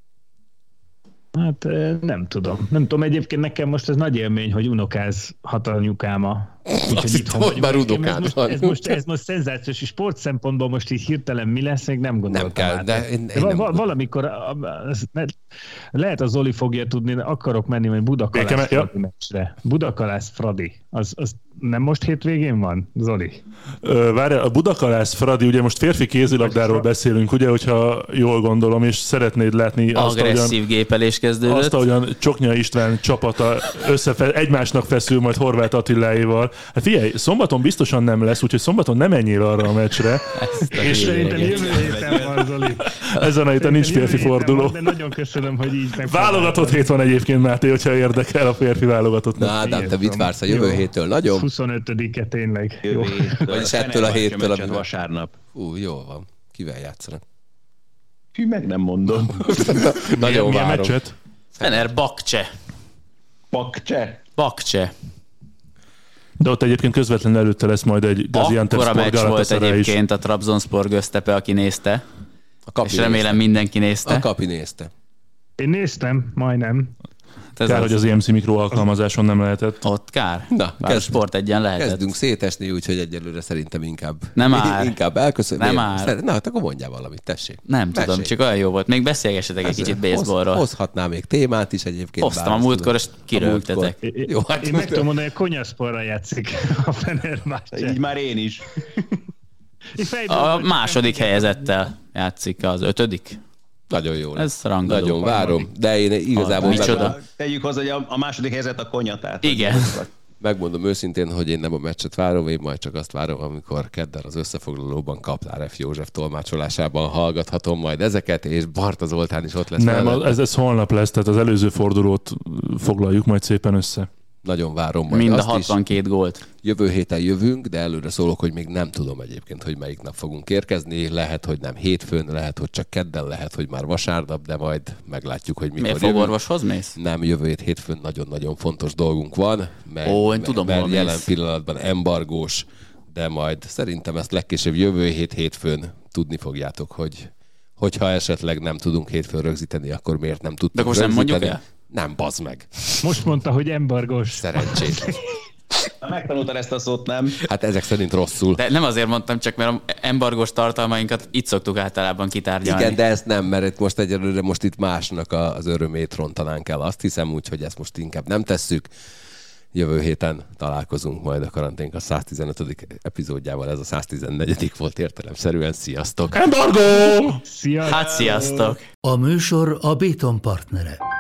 Hát eh, nem tudom. Nem tudom, egyébként nekem most ez nagy élmény, hogy unokázhat a nyukáma. Úgyhogy hittem, hogy már vagyok. unokád ez most, van. ez, most, ez most szenzációs, és sport szempontból most így hirtelen mi lesz, még nem gondoltam. Nem kell, át. de én- én de nem va- gondolom. valamikor, a- a- az- ne- lehet az Zoli fogja tudni, de akarok menni majd Budakalász Béke- ja. Fradi meccsre. Budakalász Fradi. Az, az nem most hétvégén van, Zoli? Ö, Várjál, a Budakalász Fradi, ugye most férfi kézilabdáról beszélünk, ugye, hogyha jól gondolom, és szeretnéd látni azt, ahogyan, Agresszív gépelés kezdődött. azt, ahogyan Csoknya István csapata összefe, egymásnak feszül majd Horváth Attiláéval. Hát figyelj, szombaton biztosan nem lesz, úgyhogy szombaton nem menjél arra a meccsre. És szerintem jövő héten van, Zoli. Ezen a héten nincs Jövő férfi héten forduló. van, de nagyon köszönöm, hogy így meg. Válogatott hét van egyébként, Máté, hogyha érdekel a férfi válogatott. Na, Ádám, te mit vársz a jövő Jó. héttől? Nagyon? huszonötdige tényleg. Jó. Jövő héttől. Vagyis ettől a héttől, Fenerbahce amivel- vasárnap. Ú, jó van. Kivel játszanak? Hű, meg nem mondom. Nagyon Milyen várom. meccset? Fener Bakcse. Pakcse. Bakcse. De ott egyébként közvetlenül előtte lesz majd egy Gaziantep-Spor Akkora meccs volt egyébként is. a Trabzonspor Göztepe, aki nézte. A és remélem nézte. mindenki nézte. A kapi nézte. Én néztem, majdnem. Kár, az... hogy az i em cé Mikro alkalmazáson nem lehetett. Ott kár. Na, Bár kezd, sport egyen lehetett. Kezdünk szétesni, úgyhogy egyelőre szerintem inkább... Nem áll. Inkább elköszönni. Nem áll. Na, hát akkor mondjál valamit, tessék. Nem Mesélj. tudom, csak olyan jó volt. Még beszélgessetek egy kicsit baseballról. Hoz, hozhatnál még témát is egyébként. Hoztam a múltkor, és kirögtetek. Jó, hát én meg tudom mondani, hogy Konyasporra játszik a Fenerbahce. Így már én is. A második helyezettel játszik, az ötödik. Nagyon jó. Ez rangadó. Nagyon várom, de én igazából... Micsoda? Meg... Tegyük hozzá, hogy a, a második helyzet a konyatát. Igen. Megmondom őszintén, hogy én nem a meccset várom, én majd csak azt várom, amikor kedden az összefoglalóban Kaplár F. József tolmácsolásában hallgathatom majd ezeket, és Barta Zoltán is ott lesz. Nem, ez, ez holnap lesz, tehát az előző fordulót foglaljuk majd szépen össze. Nagyon várom majd Mind a azt hatvankét is. gólt. Jövő héten jövünk, de előre szólok, hogy még nem tudom egyébként, hogy melyik nap fogunk érkezni. Lehet, hogy nem hétfőn, lehet, hogy csak kedden, lehet, hogy már vasárnap, de majd meglátjuk, hogy mikor Miért jövünk. fogorvoshoz mész? Nem, jövő hét hétfőn nagyon-nagyon fontos dolgunk van, mert, Ó, én tudom, mert hol jelen mész. pillanatban embargós, de majd szerintem ezt legkésőbb jövő hét hétfőn tudni fogjátok, hogy hogyha esetleg nem tudunk hétfőn rögzíteni, akkor miért nem tudtunk De most nem rögzíteni. mondjuk el? Nem, bazd meg. Most mondta, hogy embargós. Szerencsét. Megtanultad ezt a szót, nem? Hát ezek szerint rosszul. De nem azért mondtam, csak mert a embargós tartalmainkat itt szoktuk általában kitárgyalni. Igen, de ezt nem, mert itt most egyelőre most itt másnak az örömét rontanánk el. Azt hiszem úgy, hogy ezt most inkább nem tesszük. Jövő héten találkozunk majd a karanténk a száztizenötödik epizódjával. Ez a száztizennegyedik volt értelemszerűen. Sziasztok! Embargo! Szia! Hát sziasztok! A műsor a Béton partnere.